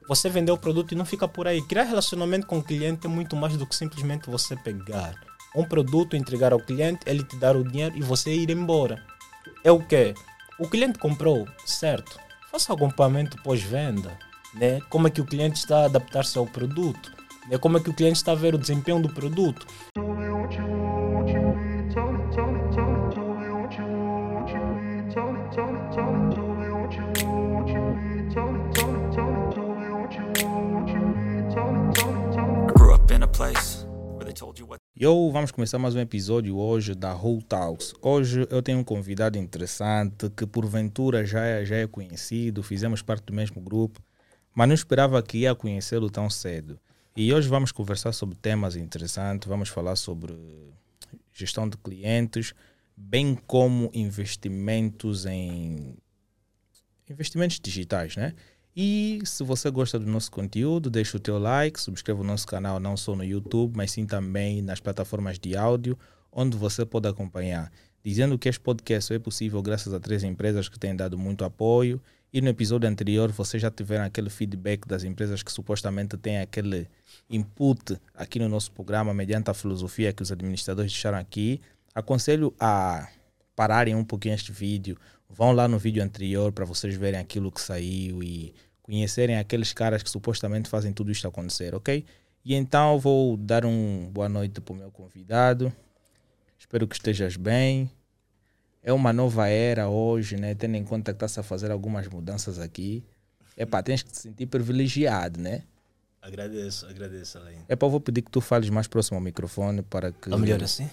Você vender o produto e não fica por aí. Criar relacionamento com o cliente é muito mais do que simplesmente você pegar um produto, entregar ao cliente, ele te dar o dinheiro e você ir embora. É o quê? O cliente comprou, certo? Faça acompanhamento pós-venda, né? Como é que o cliente está a adaptar-se ao produto, né? Como é que o cliente está a ver o desempenho do produto. Vamos começar mais um episódio hoje da Whole Talks. Hoje eu tenho um convidado interessante que porventura já é conhecido, fizemos parte do mesmo grupo, mas não esperava que ia conhecê-lo tão cedo. E hoje vamos conversar sobre temas interessantes, vamos falar sobre gestão de clientes, bem como investimentos digitais, né? E se você gosta do nosso conteúdo, deixa o teu like, subscreva o nosso canal não só no YouTube, mas sim também nas plataformas de áudio, onde você pode acompanhar. Dizendo que este podcast é possível graças a 3 empresas que têm dado muito apoio, e no episódio anterior vocês já tiveram aquele feedback das empresas que supostamente têm aquele input aqui no nosso programa, mediante a filosofia que os administradores deixaram aqui. Aconselho a pararem um pouquinho este vídeo, vão lá no vídeo anterior para vocês verem aquilo que saiu e conhecerem aqueles caras que supostamente fazem tudo isto acontecer, ok? E então vou dar uma boa noite para o meu convidado. Espero que estejas bem. É uma nova era hoje, né? Tendo em conta que está-se a fazer algumas mudanças aqui. Tens que te sentir privilegiado, né? Agradeço, Alain. Eu vou pedir que tu fales mais próximo ao microfone para que... Tá melhor assim?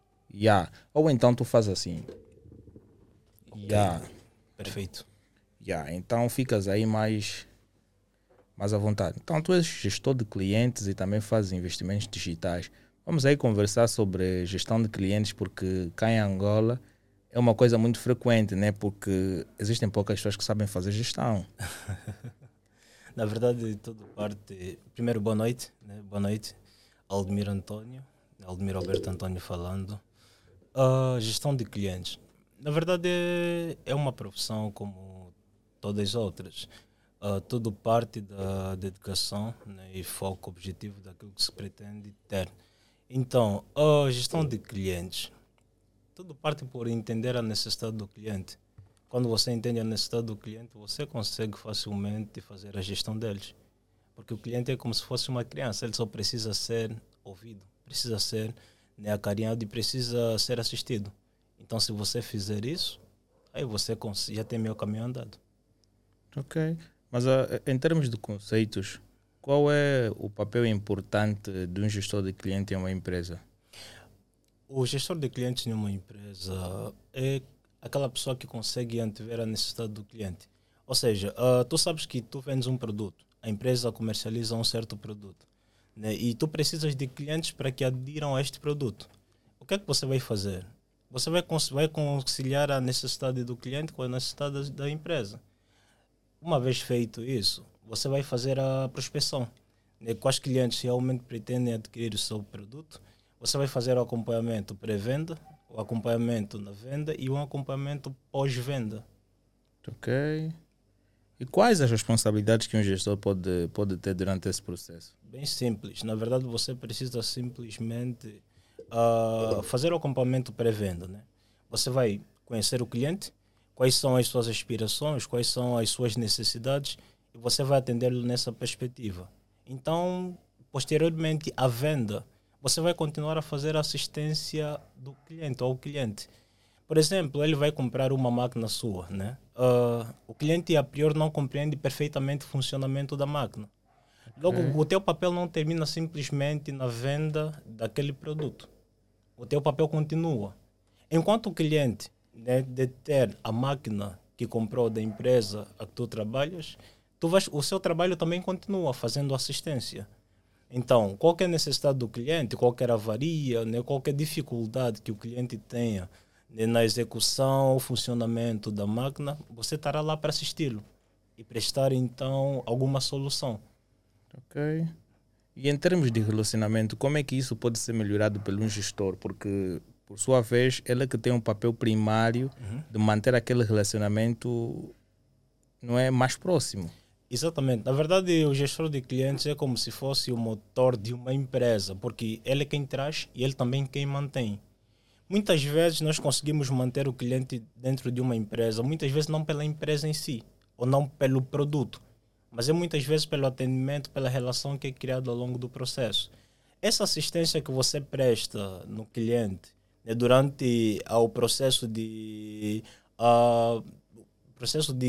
Ou então tu faz assim. Okay. Perfeito. Então ficas aí mais à vontade. Então tu és gestor de clientes e também fazes investimentos digitais. Vamos aí conversar sobre gestão de clientes, porque cá em Angola é uma coisa muito frequente, né? Porque existem poucas pessoas que sabem fazer gestão. Na verdade, tudo parte... Primeiro, boa noite, né? Boa noite. Aldemir Alberto Antônio falando. Gestão de clientes. Na verdade, é uma profissão como todas as outras. Tudo parte da dedicação, né, e foco objetivo daquilo que se pretende ter. Então, a gestão de clientes, tudo parte por entender a necessidade do cliente. Quando você entende a necessidade do cliente, você consegue facilmente fazer a gestão deles. Porque o cliente é como se fosse uma criança, ele só precisa ser ouvido, precisa ser, né, acarinhado e precisa ser assistido. Então, se você fizer isso, aí você já tem meio caminho andado. Ok. Mas em termos de conceitos, qual é o papel importante de um gestor de cliente em uma empresa? O gestor de clientes em uma empresa é aquela pessoa que consegue antever a necessidade do cliente. Ou seja, tu sabes que tu vendes um produto, a empresa comercializa um certo produto, né? E tu precisas de clientes para que adiram a este produto. O que é que você vai fazer? Você vai conciliar a necessidade do cliente com a necessidade da empresa. Uma vez feito isso, você vai fazer a prospecção, né? Quais clientes realmente pretendem adquirir o seu produto. Você vai fazer o acompanhamento pré-venda, o acompanhamento na venda e o acompanhamento pós-venda. Ok. E quais as responsabilidades que um gestor pode ter durante esse processo? Bem simples. Na verdade, você precisa simplesmente fazer o acompanhamento pré-venda, né? Você vai conhecer o cliente, quais são as suas aspirações, quais são as suas necessidades, e você vai atendê-lo nessa perspectiva. Então, posteriormente à venda, você vai continuar a fazer a assistência do cliente ao cliente. Por exemplo, ele vai comprar uma máquina sua, né? O cliente a priori não compreende perfeitamente o funcionamento da máquina. Logo, o teu papel não termina simplesmente na venda daquele produto. O teu papel continua. Enquanto o cliente, né, deter a máquina que comprou da empresa a que tu trabalhas, o seu trabalho também continua fazendo assistência. Então, qualquer necessidade do cliente, qualquer avaria, né, qualquer dificuldade que o cliente tenha, né, na execução ou funcionamento da máquina, você estará lá para assisti-lo e prestar, então, alguma solução. Ok. E em termos de relacionamento, como é que isso pode ser melhorado pelo um gestor? Porque, por sua vez, ele é que tem um papel primário de manter aquele relacionamento, não é, mais próximo. Exatamente. Na verdade, o gestor de clientes é como se fosse o motor de uma empresa, porque ele é quem traz e ele também quem mantém. Muitas vezes nós conseguimos manter o cliente dentro de uma empresa, muitas vezes não pela empresa em si, ou não pelo produto, mas é muitas vezes pelo atendimento, pela relação que é criada ao longo do processo. Essa assistência que você presta no cliente, né, durante o processo de... processo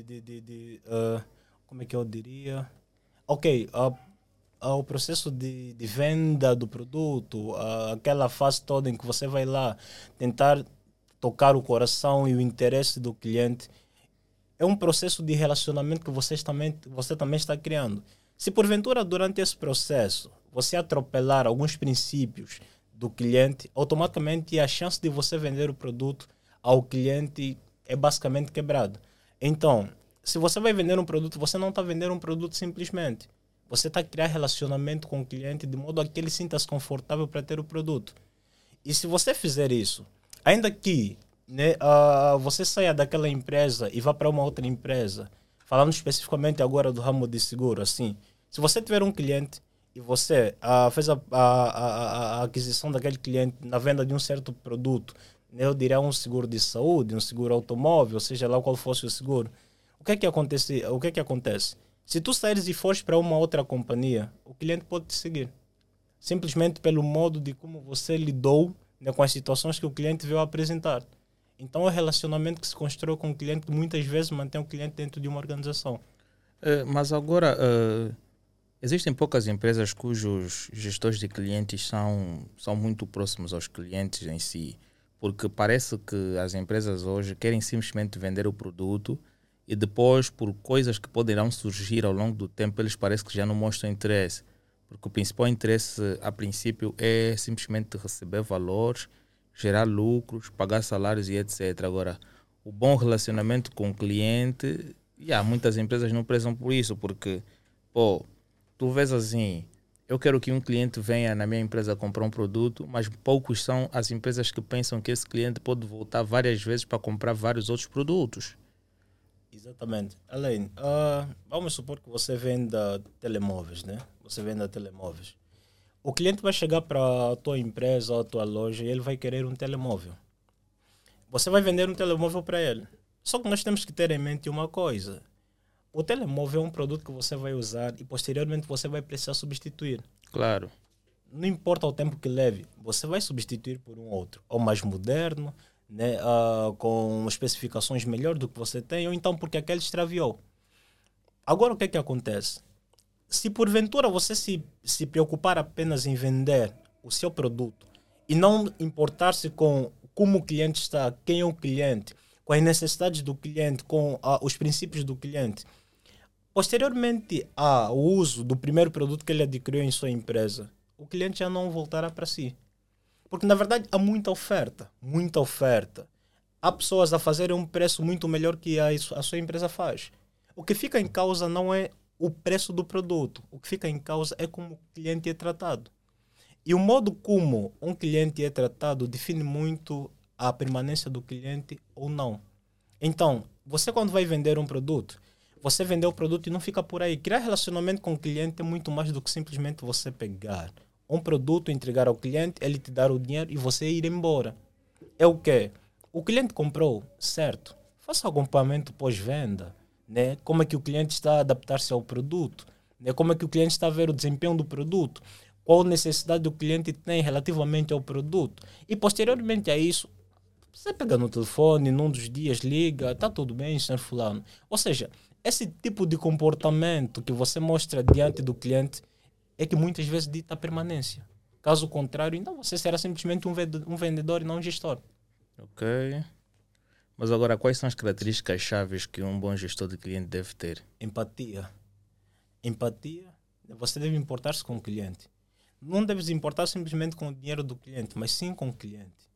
como é que eu diria? Ok, ao processo de venda do produto, aquela fase toda em que você vai lá tentar tocar o coração e o interesse do cliente, é um processo de relacionamento que você também está criando. Se porventura durante esse processo você atropelar alguns princípios do cliente, automaticamente a chance de você vender o produto ao cliente é basicamente quebrada. Então, se você vai vender um produto, você não está vendendo um produto simplesmente. Você está a criar relacionamento com o cliente de modo a que ele sinta-se confortável para ter o produto. E se você fizer isso, ainda que, né, você saia daquela empresa e vá para uma outra empresa, falando especificamente agora do ramo de seguro, assim, se você tiver um cliente e você fez a aquisição daquele cliente na venda de um certo produto, né, eu diria um seguro de saúde, um seguro automóvel, seja lá qual fosse o seguro, o que é que acontece? O que é que acontece? Se tu saíres e fores para uma outra companhia, o cliente pode te seguir. Simplesmente pelo modo de como você lidou, né, com as situações que o cliente veio apresentar. Então, é o relacionamento que se constrói com o cliente que muitas vezes mantém o cliente dentro de uma organização. Mas agora, existem poucas empresas cujos gestores de clientes são muito próximos aos clientes em si, porque parece que as empresas hoje querem simplesmente vender o produto e depois, por coisas que poderão surgir ao longo do tempo, eles parecem que já não mostram interesse. Porque o principal interesse, a princípio, é simplesmente receber valores, gerar lucros, pagar salários e etc. Agora, o bom relacionamento com o cliente, muitas empresas não prezam por isso, porque, tu vês assim, eu quero que um cliente venha na minha empresa comprar um produto, mas poucos são as empresas que pensam que esse cliente pode voltar várias vezes para comprar vários outros produtos. Exatamente. Além, vamos supor que você venda telemóveis, né? Você venda telemóveis. O cliente vai chegar para a tua empresa ou a tua loja e ele vai querer um telemóvel. Você vai vender um telemóvel para ele. Só que nós temos que ter em mente uma coisa. O telemóvel é um produto que você vai usar e posteriormente você vai precisar substituir. Claro. Não importa o tempo que leve, você vai substituir por um outro. Ou mais moderno, né, com especificações melhores do que você tem, ou então porque aquele extraviou. Agora o que é que acontece? Se porventura você se preocupar apenas em vender o seu produto e não importar-se com como o cliente está, quem é o cliente, com as necessidades do cliente, com os princípios do cliente, posteriormente ao uso do primeiro produto que ele adquiriu em sua empresa, o cliente já não voltará para si. Porque, na verdade, há muita oferta. Muita oferta. Há pessoas a fazerem um preço muito melhor que a sua empresa faz. O que fica em causa não é o preço do produto. O que fica em causa é como o cliente é tratado. E o modo como um cliente é tratado define muito a permanência do cliente ou não. Então, você quando vai vender um produto, você vender o produto e não fica por aí. Criar relacionamento com o cliente é muito mais do que simplesmente você pegar um produto, entregar ao cliente, ele te dar o dinheiro e você ir embora. É o quê? O cliente comprou, certo? Faça acompanhamento pós-venda, né? Como é que o cliente está a adaptar-se ao produto, né? Como é que o cliente está a ver o desempenho do produto, qual necessidade o cliente tem relativamente ao produto. E posteriormente a isso, você pega no telefone, num dos dias liga, está tudo bem, senhor fulano. Ou seja, esse tipo de comportamento que você mostra diante do cliente é que muitas vezes dita a permanência. Caso contrário, então você será simplesmente um vendedor e não um gestor. Ok. Mas agora, quais são as características chaves que um bom gestor de cliente deve ter? Empatia. Empatia, você deve importar-se com o cliente. Não deves importar simplesmente com o dinheiro do cliente, mas sim com o cliente.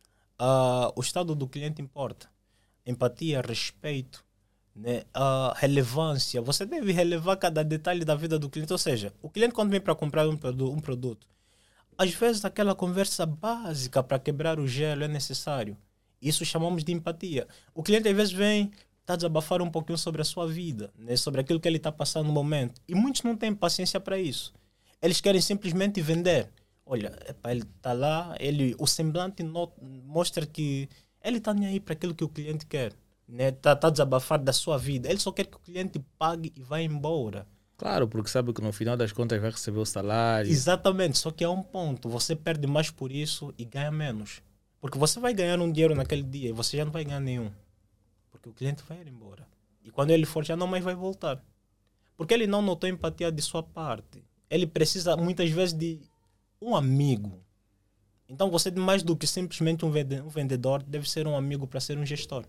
O estado do cliente importa. Empatia, respeito, né? A relevância. Você deve relevar cada detalhe da vida do cliente. Ou seja, o cliente quando vem para comprar um produto, às vezes aquela conversa básica para quebrar o gelo é necessário. Isso chamamos de empatia. O cliente às vezes vem, está a desabafar um pouquinho sobre a sua vida, né? Sobre aquilo que ele está passando no momento. E muitos não têm paciência para isso. Eles querem simplesmente vender. Olha, epa, ele está lá, o semblante mostra que ele está nem aí para aquilo que o cliente quer. Né? Tá a desabafar da sua vida. Ele só quer que o cliente pague e vá embora. Claro, porque sabe que no final das contas vai receber o salário. Exatamente, só que há um ponto. Você perde mais por isso e ganha menos. Porque você vai ganhar um dinheiro naquele dia e você já não vai ganhar nenhum. Porque o cliente vai ir embora. E quando ele for, já não mais vai voltar. Porque ele não notou empatia de sua parte. Ele precisa, muitas vezes, de um amigo. Então, você, mais do que simplesmente um vendedor, deve ser um amigo para ser um gestor.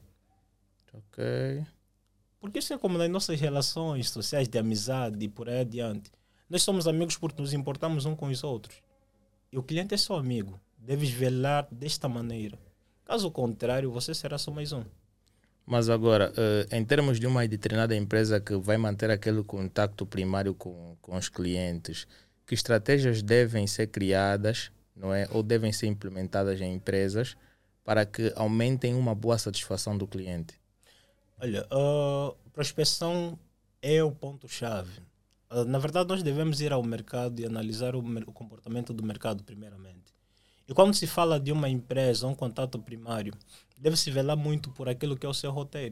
Ok. Porque isso é como nas nossas relações sociais de amizade e por aí adiante. Nós somos amigos porque nos importamos uns com os outros. E o cliente é seu amigo. Deves velar desta maneira. Caso contrário, você será só mais um. Mas agora, em termos de uma determinada empresa que vai manter aquele contacto primário com os clientes, que estratégias devem ser criadas, não é? Ou devem ser implementadas em empresas para que aumentem uma boa satisfação do cliente? Olha, prospecção é o ponto-chave. Na verdade, nós devemos ir ao mercado e analisar o comportamento do mercado, primeiramente. E quando se fala de uma empresa, um contato primário, deve-se velar muito por aquilo que é o seu roteiro.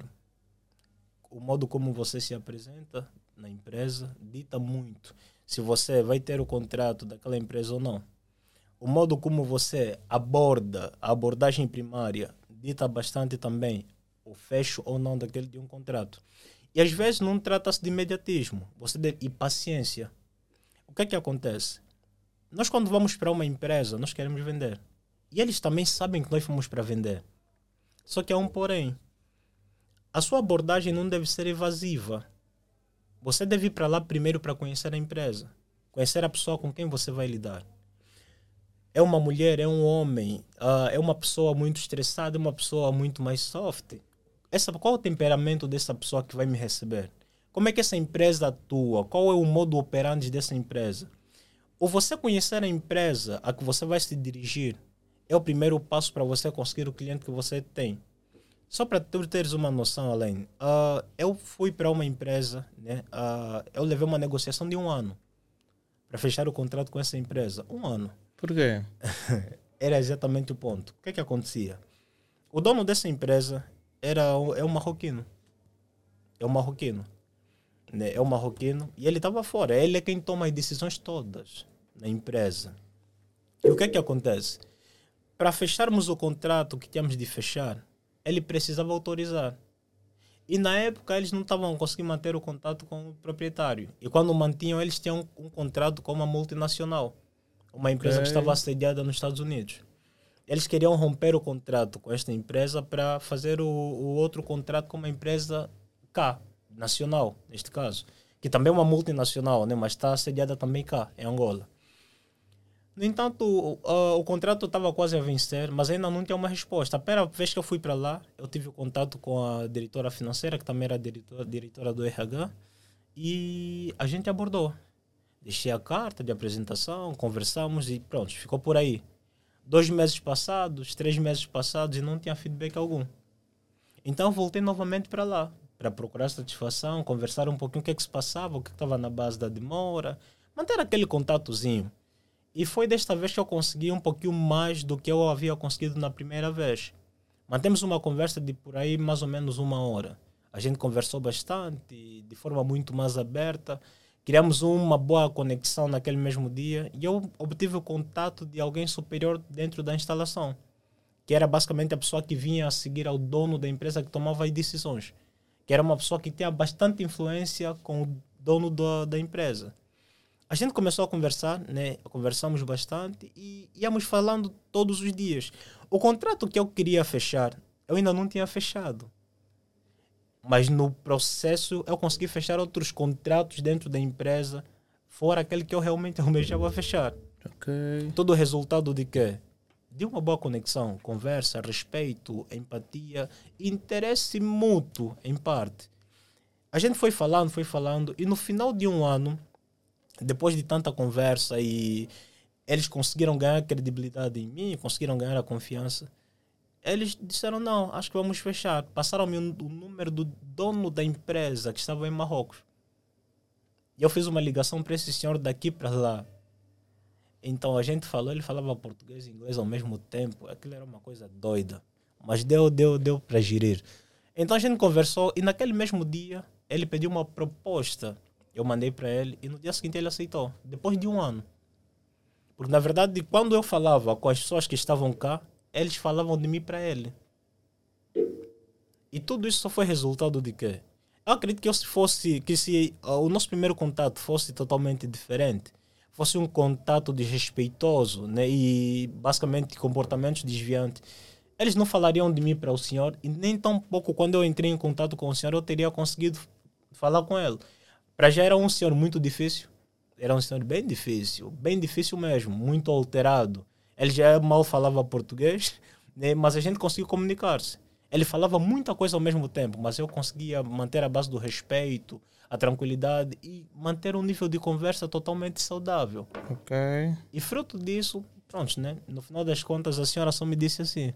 O modo como você se apresenta na empresa dita muito se você vai ter o contrato daquela empresa ou não. O modo como você aborda a abordagem primária dita bastante também o fecho ou não de um contrato. E às vezes não trata-se de imediatismo e paciência. O que é que acontece? Nós quando vamos para uma empresa, nós queremos vender. E eles também sabem que nós fomos para vender. Só que há um porém. A sua abordagem não deve ser evasiva. Você deve ir para lá primeiro para conhecer a empresa. Conhecer a pessoa com quem você vai lidar. É uma mulher, é um homem, é uma pessoa muito estressada, é uma pessoa muito mais soft. Qual é o temperamento dessa pessoa que vai me receber? Como é que essa empresa atua? Qual é o modo operandi dessa empresa? Ou você conhecer a empresa a que você vai se dirigir é o primeiro passo para você conseguir o cliente que você tem. Só para tu teres uma noção, Alain, eu fui para uma empresa, né? Eu levei uma negociação de 1 ano para fechar o contrato com essa empresa. 1 ano. Por quê? Era exatamente o ponto. O que é que acontecia? O dono dessa empresa é um marroquino. É um marroquino. Né? É um marroquino e ele estava fora. Ele é quem toma as decisões todas na empresa. E o que é que acontece? Para fecharmos o contrato que tínhamos de fechar, ele precisava autorizar. E na época eles não estavam conseguindo manter o contato com o proprietário. E quando mantinham, eles tinham um contrato com uma multinacional. Uma empresa que estava sediada nos Estados Unidos. Eles queriam romper o contrato com esta empresa para fazer o outro contrato com uma empresa cá, nacional, neste caso. Que também é uma multinacional, né? Mas está sediada também cá, em Angola. No entanto, o contrato estava quase a vencer, mas ainda não tinha uma resposta. A primeira vez que eu fui para lá, eu tive contato com a diretora financeira, que também era diretora do RH, e a gente abordou. Deixei a carta de apresentação, conversamos e pronto, ficou por aí. 2 meses passados, 3 meses passados e não tinha feedback algum. Então voltei novamente para lá, para procurar satisfação, conversar um pouquinho o que é que se passava, o que estava na base da demora, manter aquele contatozinho. E foi desta vez que eu consegui um pouquinho mais do que eu havia conseguido na primeira vez. Mantemos uma conversa de por aí mais ou menos 1 hora. A gente conversou bastante, de forma muito mais aberta. Criamos uma boa conexão naquele mesmo dia e eu obtive o contato de alguém superior dentro da instalação, que era basicamente a pessoa que vinha a seguir ao dono da empresa que tomava as decisões, que era uma pessoa que tinha bastante influência com o dono da empresa. A gente começou a conversar, né? Conversamos bastante e íamos falando todos os dias. O contrato que eu queria fechar, eu ainda não tinha fechado. Mas no processo eu consegui fechar outros contratos dentro da empresa, fora aquele que eu realmente almejava fechar. Okay. Todo o resultado de quê? De uma boa conexão, conversa, respeito, empatia, interesse mútuo, em parte. A gente foi falando, e no final de 1 ano, depois de tanta conversa e eles conseguiram ganhar credibilidade em mim, conseguiram ganhar a confiança, Eles disseram, não, acho que vamos fechar. Passaram-me o número do dono da empresa que estava em Marrocos. E eu fiz uma ligação para esse senhor daqui para lá. Então a gente falou, ele falava português e inglês ao mesmo tempo. Aquilo era uma coisa doida. Mas deu para gerir. Então a gente conversou e naquele mesmo dia ele pediu uma proposta. Eu mandei para ele e no dia seguinte ele aceitou. Depois de 1 ano. Porque na verdade quando eu falava com as pessoas que estavam cá, eles falavam de mim para ele. E tudo isso só foi resultado de quê? Eu acredito que se o nosso primeiro contato fosse totalmente diferente, fosse um contato desrespeitoso, né, e basicamente comportamentos desviantes, eles não falariam de mim para o senhor e nem tão pouco quando eu entrei em contato com o senhor eu teria conseguido falar com ele. Para já era um senhor muito difícil, era um senhor bem difícil mesmo, muito alterado. Ele já mal falava português, né, mas a gente conseguiu comunicar-se. Ele falava muita coisa ao mesmo tempo, mas eu conseguia manter a base do respeito, a tranquilidade e manter um nível de conversa totalmente saudável. Ok. E fruto disso, pronto, né? No final das contas, a senhora só me disse assim,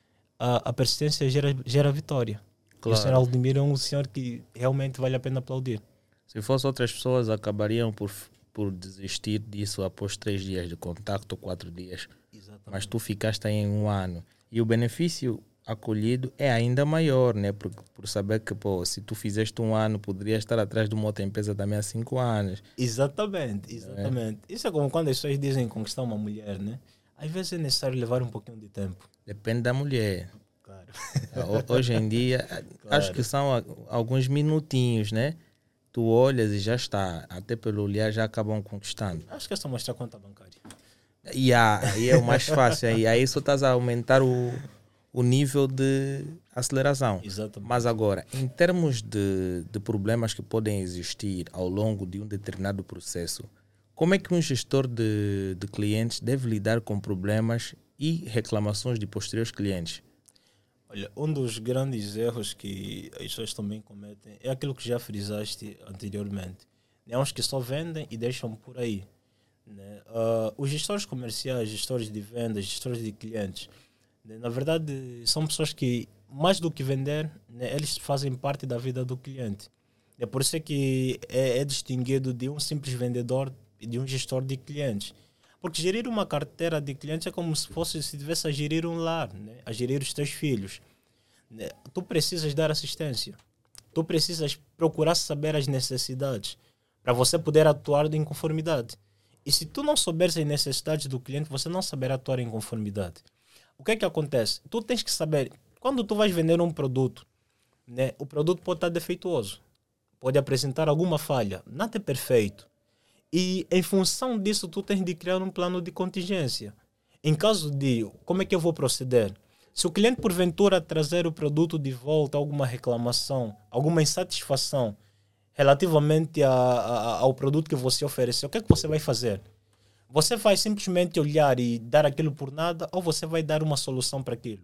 a persistência gera vitória. Claro. E o senhor Aldemir é um senhor que realmente vale a pena aplaudir. Se fosse outras pessoas, acabariam por desistir disso após 3 dias de contacto ou 4 dias. Exatamente. Mas tu ficaste aí em 1 ano. E o benefício acolhido é ainda maior, né? Por saber que, pô, se tu fizeste 1 ano, poderias estar atrás de uma outra empresa também há 5 anos. Exatamente. Isso é como quando as pessoas dizem conquistar uma mulher, né? Às vezes é necessário levar um pouquinho de tempo. Depende da mulher. Claro. Hoje em dia, acho que são alguns minutinhos, né? Tu olhas e já está. Até pelo olhar já acabam conquistando. Acho que é só mostrar a conta bancária. E aí é o mais fácil. Aí só estás a aumentar o nível de aceleração. Exatamente. Mas agora, em termos de problemas que podem existir ao longo de um determinado processo, como é que um gestor de clientes deve lidar com problemas e reclamações de posteriores clientes? Olha, um dos grandes erros que as pessoas também cometem é aquilo que já frisaste anteriormente. Há uns que só vendem e deixam por aí, né? Os gestores comerciais, gestores de vendas, gestores de clientes, né? Na verdade, são pessoas que, mais do que vender, né, eles fazem parte da vida do cliente. É por isso que é distinguido de um simples vendedor e de um gestor de clientes. Porque gerir uma carteira de clientes é como se estivesse a gerir um lar, né? A gerir os teus filhos, né? Tu precisas dar assistência. Tu precisas procurar saber as necessidades para você poder atuar em conformidade. E se tu não souberes as necessidades do cliente, você não saberá atuar em conformidade. O que é que acontece? Tu tens que saber, quando tu vais vender um produto, né, o produto pode estar defeituoso, pode apresentar alguma falha, nada é perfeito. E em função disso, tu tens de criar um plano de contingência. Em caso de, como é que eu vou proceder? Se o cliente, porventura, trazer o produto de volta, alguma reclamação, alguma insatisfação relativamente ao produto que você ofereceu, o que é que você vai fazer? Você vai simplesmente olhar e dar aquilo por nada ou você vai dar uma solução para aquilo?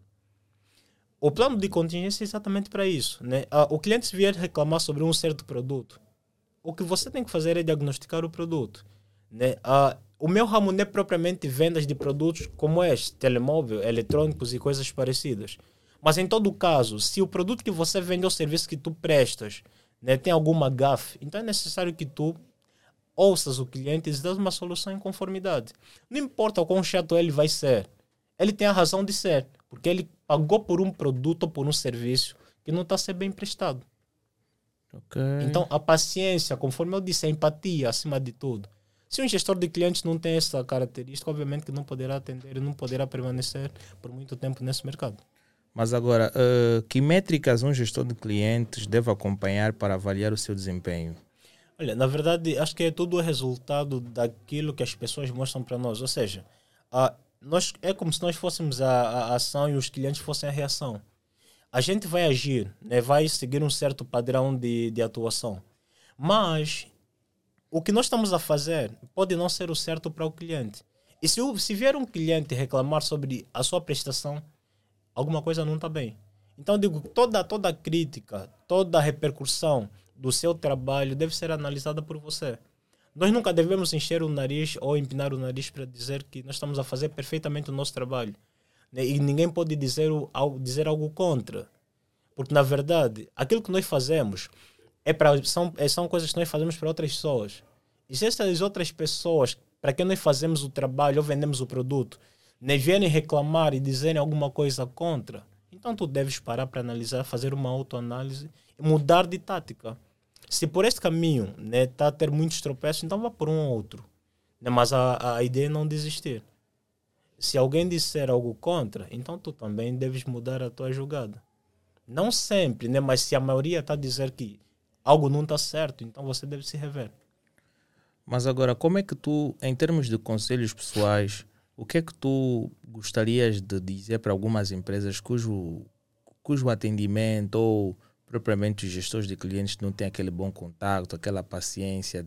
O plano de contingência é exatamente para isso, né? O cliente, se vier reclamar sobre um certo produto, o que você tem que fazer é diagnosticar o produto, né? O meu ramo não é propriamente vendas de produtos como este, telemóvel, eletrônicos e coisas parecidas. Mas em todo caso, se o produto que você vende ou o serviço que tu prestas, né, tem alguma gafe, então é necessário que tu ouças o cliente e dê uma solução em conformidade. Não importa o quão chato ele vai ser, ele tem a razão de ser, porque ele pagou por um produto ou por um serviço que não está a ser bem prestado. Okay. Então, a paciência, conforme eu disse, a empatia, acima de tudo. Se um gestor de clientes não tem essa característica, obviamente que não poderá atender e não poderá permanecer por muito tempo nesse mercado. Mas agora, que métricas um gestor de clientes deve acompanhar para avaliar o seu desempenho? Olha, na verdade, acho que é tudo o resultado daquilo que as pessoas mostram para nós. Ou seja, é como se nós fôssemos a ação e os clientes fossem a reação. A gente vai agir, né, vai seguir um certo padrão de atuação. Mas o que nós estamos a fazer pode não ser o certo para o cliente. E se vier um cliente reclamar sobre a sua prestação, alguma coisa não está bem. Então, digo, toda crítica, toda repercussão do seu trabalho deve ser analisada por você. Nós nunca devemos encher o nariz ou empinar o nariz para dizer que nós estamos a fazer perfeitamente o nosso trabalho. né? E ninguém pode dizer algo contra. Porque, na verdade, aquilo que nós fazemos são coisas que nós fazemos para outras pessoas. E se essas outras pessoas, para quem nós fazemos o trabalho ou vendemos o produto, nem vierem reclamar e dizerem alguma coisa contra, então tu deves parar para analisar, fazer uma autoanálise e mudar de tática. Se por este caminho, né, está a ter muitos tropeços, então vá por um ou outro. Né? Mas a ideia é não desistir. Se alguém disser algo contra, então tu também deves mudar a tua jogada. Não sempre, né? Mas se a maioria está a dizer que algo não está certo, então você deve se rever. Mas agora, como é que tu, em termos de conselhos pessoais, o que é que tu gostarias de dizer para algumas empresas cujo atendimento ou propriamente os gestores de clientes não têm aquele bom contato, aquela paciência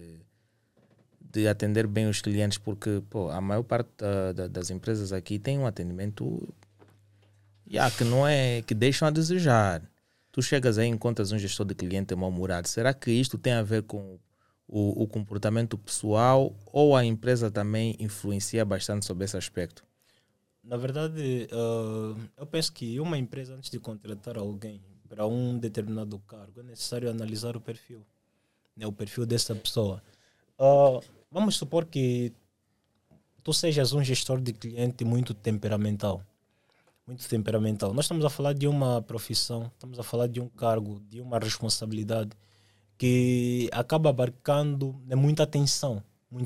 de atender bem os clientes, porque a maior parte das empresas aqui tem um atendimento que não é, que deixam a desejar. Tu chegas aí e encontras um gestor de cliente mal-humorado. Será que isto tem a ver com o comportamento pessoal ou a empresa também influencia bastante sobre esse aspecto? Na verdade, eu penso que uma empresa, antes de contratar alguém para um determinado cargo, é necessário analisar o perfil, né, o perfil dessa pessoa. Vamos supor que tu sejas um gestor de cliente muito temperamental. Muito temperamental. Nós estamos a falar de uma profissão, estamos a falar de um cargo, de uma responsabilidade que acaba abarcando, né, muita atenção.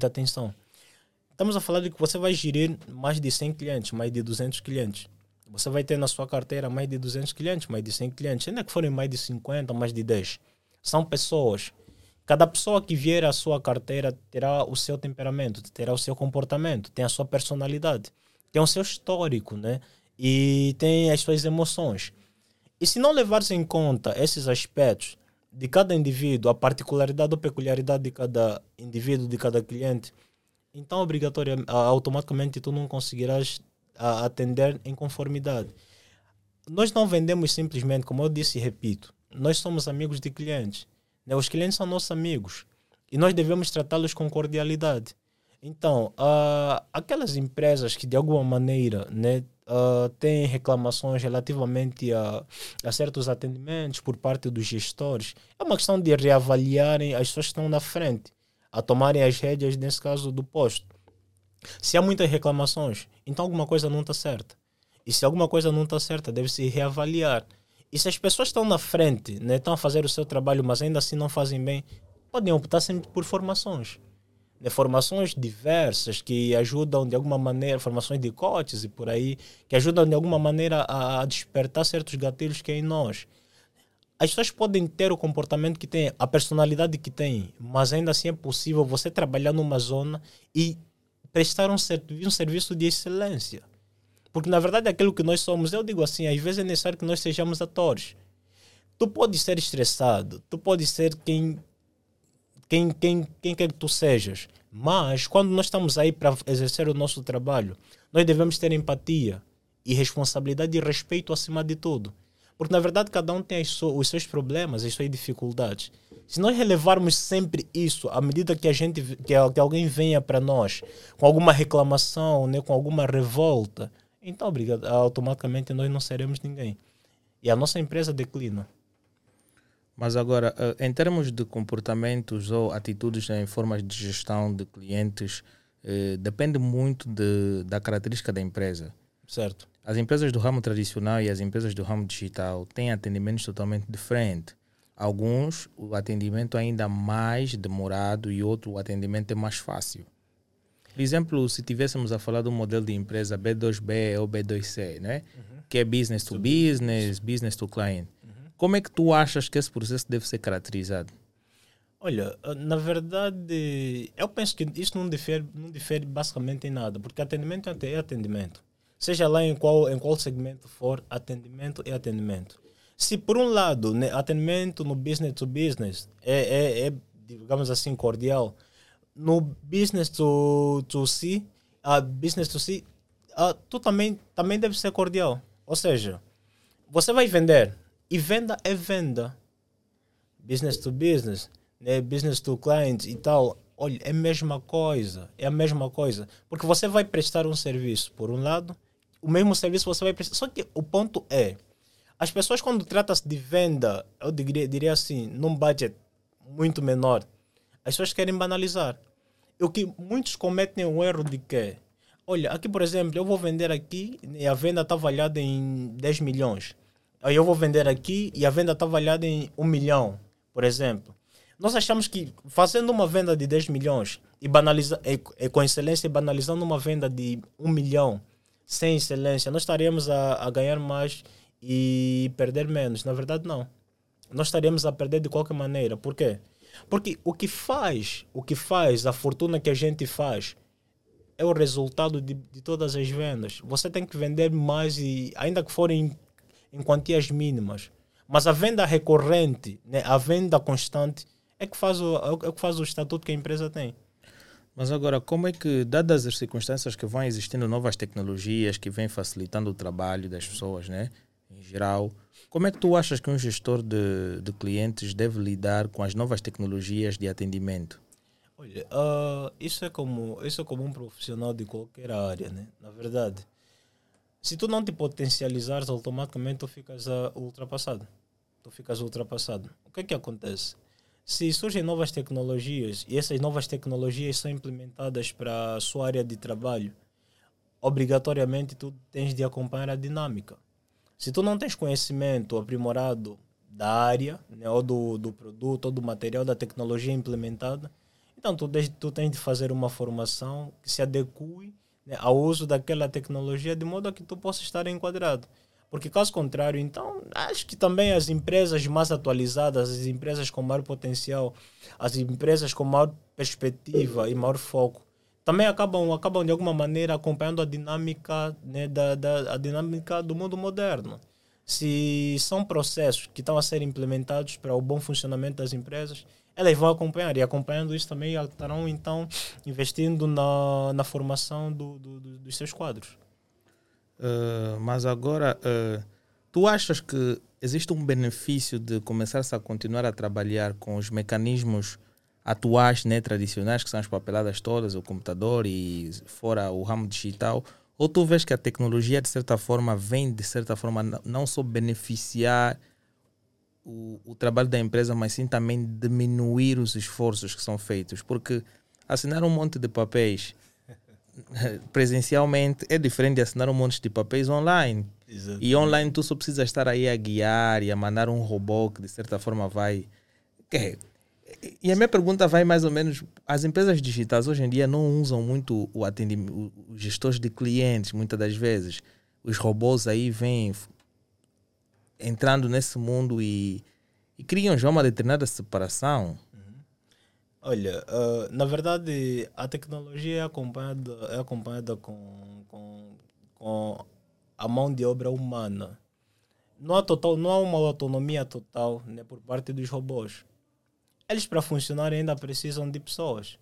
Estamos a falar de que você vai gerir mais de 100 clientes, mais de 200 clientes. Você vai ter na sua carteira mais de 200 clientes, mais de 100 clientes. Ainda que forem mais de 50, mais de 10. São pessoas. Cada pessoa que vier à sua carteira terá o seu temperamento, terá o seu comportamento, tem a sua personalidade, tem o seu histórico, né? E tem as suas emoções. E se não levares em conta esses aspectos de cada indivíduo, a particularidade ou peculiaridade de cada indivíduo, de cada cliente, então automaticamente tu não conseguirás atender em conformidade. Nós não vendemos simplesmente, como eu disse e repito, nós somos amigos de clientes, né? Os clientes são nossos amigos e nós devemos tratá-los com cordialidade. Então, aquelas empresas que de alguma maneira, né, têm reclamações relativamente a certos atendimentos por parte dos gestores, é uma questão de reavaliarem as pessoas que estão na frente, a tomarem as rédeas, nesse caso, do posto. Se há muitas reclamações, então alguma coisa não está certa. E se alguma coisa não está certa, deve-se reavaliar. E se as pessoas estão na frente, né, estão a fazer o seu trabalho, mas ainda assim não fazem bem, podem optar sempre por formações. Formações diversas que ajudam de alguma maneira, formações de coaches e por aí, que ajudam de alguma maneira a despertar certos gatilhos que é em nós. As pessoas podem ter o comportamento que têm, a personalidade que têm, mas ainda assim é possível você trabalhar numa zona e prestar um serviço de excelência. Porque na verdade aquilo que nós somos, eu digo assim, às vezes é necessário que nós sejamos atores. Tu podes ser estressado, tu podes ser quem quer que tu sejas. Mas quando nós estamos aí para exercer o nosso trabalho, nós devemos ter empatia e responsabilidade e respeito acima de tudo. Porque na verdade cada um tem os seus problemas, as suas dificuldades. Se nós relevarmos sempre isso, à medida que alguém venha para nós com alguma reclamação, né, com alguma revolta, então automaticamente nós não seremos ninguém. E a nossa empresa declina. Mas agora, em termos de comportamentos ou atitudes em formas de gestão de clientes, depende muito da característica da empresa. Certo. As empresas do ramo tradicional e as empresas do ramo digital têm atendimentos totalmente diferentes. Alguns, o atendimento é ainda mais demorado e outro, o atendimento é mais fácil. Por exemplo, se tivéssemos a falar do modelo de empresa B2B ou B2C, né? Que é business to business, business to client. Como é que tu achas que esse processo deve ser caracterizado? Olha, na verdade, eu penso que isso não difere basicamente em nada, porque atendimento é atendimento. Seja lá em qual segmento for, atendimento é atendimento. Se por um lado, né, atendimento no business to business é digamos assim, cordial, no business to C, tu também deve ser cordial. Ou seja, você vai vender. E venda é venda. Business to business, né? Business to client e tal. Olha, é a mesma coisa. É a mesma coisa. Porque você vai prestar um serviço, por um lado, o mesmo serviço você vai precisar. Só que o ponto é, as pessoas quando trata-se de venda, eu diria assim, num budget muito menor, as pessoas querem banalizar. E o que muitos cometem é um erro de que, olha, aqui por exemplo, eu vou vender aqui e a venda está avaliada em 10 milhões. Aí eu vou vender aqui e a venda está avaliada em 1 milhão, por exemplo. Nós achamos que fazendo uma venda de 10 milhões e com excelência e banalizando uma venda de 1 milhão sem excelência, nós estaríamos a ganhar mais e perder menos. Na verdade, não. Nós estaríamos a perder de qualquer maneira. Por quê? Porque o que faz a fortuna que a gente faz é o resultado de todas as vendas. Você tem que vender mais, e ainda que forem em quantias mínimas. Mas a venda recorrente, né, a venda constante, é que faz o estatuto que a empresa tem. Mas agora, como é que, dadas as circunstâncias que vão existindo novas tecnologias que vêm facilitando o trabalho das pessoas, né, em geral, como é que tu achas que um gestor de clientes deve lidar com as novas tecnologias de atendimento? Olha, isso é como um profissional de qualquer área, né? Na verdade, se tu não te potencializares, automaticamente tu ficas ultrapassado. O que é que acontece? Se surgem novas tecnologias e essas novas tecnologias são implementadas para a sua área de trabalho, obrigatoriamente tu tens de acompanhar a dinâmica. Se tu não tens conhecimento aprimorado da área, né, ou do produto, ou do material, da tecnologia implementada, então tu tens de fazer uma formação que se adeque, né, ao uso daquela tecnologia de modo a que tu possas estar enquadrado. Porque caso contrário, então, acho que também as empresas mais atualizadas, as empresas com maior potencial, as empresas com maior perspectiva e maior foco, também acabam de alguma maneira acompanhando a dinâmica, né, a dinâmica do mundo moderno. Se são processos que estão a ser implementados para o bom funcionamento das empresas, elas vão acompanhar, e acompanhando isso também estarão então investindo na formação dos seus quadros. Mas agora, tu achas que existe um benefício de começar-se a continuar a trabalhar com os mecanismos atuais, né, tradicionais, que são as papeladas todas, o computador e fora o ramo digital? Ou tu vês que a tecnologia, de certa forma, vem, de certa forma, não só beneficiar o trabalho da empresa, mas sim também diminuir os esforços que são feitos? Porque assinar um monte de papéis presencialmente é diferente de assinar um monte de papéis online. Exatamente. E online tu só precisa estar aí a guiar e a mandar um robô que de certa forma vai... E a minha pergunta vai mais ou menos, as empresas digitais hoje em dia não usam muito o atendimento, os gestores de clientes, muitas das vezes. Os robôs aí vêm entrando nesse mundo e criam já uma determinada separação. Olha, na verdade, a tecnologia é acompanhada com a mão de obra humana. Não há uma autonomia total, né, por parte dos robôs. Eles, para funcionarem, ainda precisam de pessoas.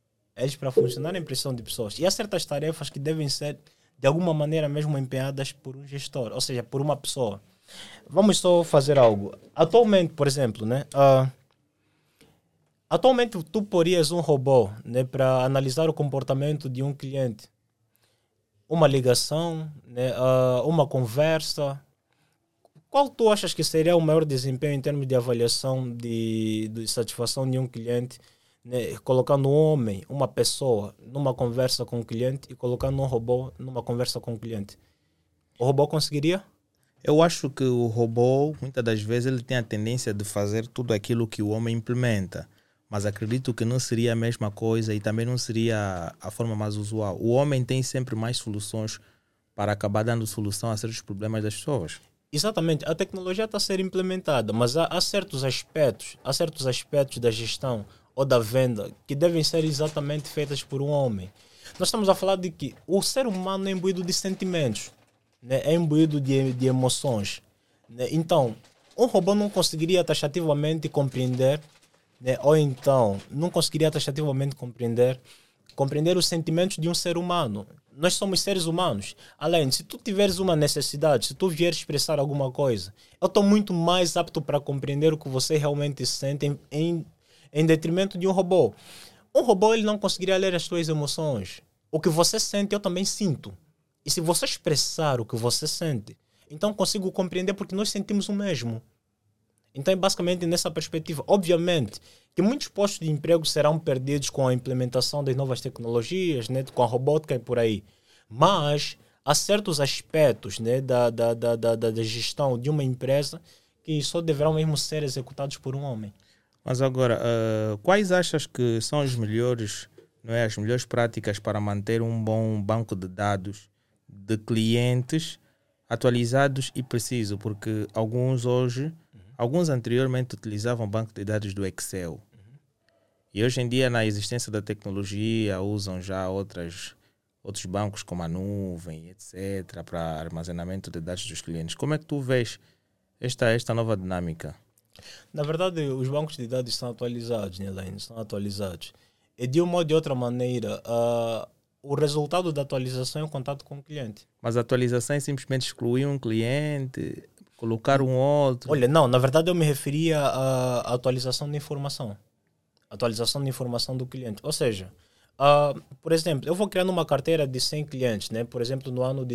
E há certas tarefas que devem ser, de alguma maneira, mesmo empenhadas por um gestor, ou seja, por uma pessoa. Vamos só fazer algo. Atualmente, por exemplo, né, atualmente tu porias um robô, né, para analisar o comportamento de um cliente. Uma ligação, né, uma conversa. Qual tu achas que seria o maior desempenho em termos de avaliação de satisfação de um cliente, né, colocando um homem, uma pessoa, numa conversa com o cliente e colocando um robô numa conversa com o cliente? O robô conseguiria? Eu acho que o robô, muitas das vezes, ele tem a tendência de fazer tudo aquilo que o homem implementa. Mas acredito que não seria a mesma coisa e também não seria a forma mais usual. O homem tem sempre mais soluções para acabar dando solução a certos problemas das pessoas. Exatamente. A tecnologia está a ser implementada, mas há certos aspectos da gestão ou da venda que devem ser exatamente feitas por um homem. Nós estamos a falar de que o ser humano é imbuído de sentimentos, né? É imbuído de emoções, né? Então, um robô não conseguiria taxativamente compreender, né? Ou então não conseguiria taxativamente compreender os sentimentos de um ser humano. Nós somos seres humanos. Além, se tu tiveres uma necessidade, se tu vieres expressar alguma coisa, eu estou muito mais apto para compreender o que você realmente sente em detrimento de um robô. Um robô, ele não conseguiria ler as tuas emoções. O que você sente, eu também sinto. E se você expressar o que você sente, então consigo compreender porque nós sentimos o mesmo. Então é basicamente nessa perspectiva. Obviamente que muitos postos de emprego serão perdidos com a implementação das novas tecnologias, né, com a robótica e por aí. Mas há certos aspectos, né, da gestão de uma empresa que só deverão mesmo ser executados por um homem. Mas agora, quais achas que são os melhores, não é, as melhores práticas para manter um bom banco de dados de clientes atualizados e preciso? Porque alguns anteriormente utilizavam banco de dados do Excel. E hoje em dia, na existência da tecnologia, usam já outros bancos como a nuvem, etc., para armazenamento de dados dos clientes. Como é que tu vês esta nova dinâmica? Na verdade, os bancos de dados estão atualizados, né, Elaine? Estão atualizados. E de uma ou de outra maneira, o resultado da atualização é o contato com o cliente. Mas a atualização é simplesmente excluir um cliente, colocar um outro? Olha, não, na verdade eu me referia à atualização de informação. Atualização de informação do cliente. Ou seja, por exemplo, eu vou criar uma carteira de 100 clientes, né? Por exemplo, no ano de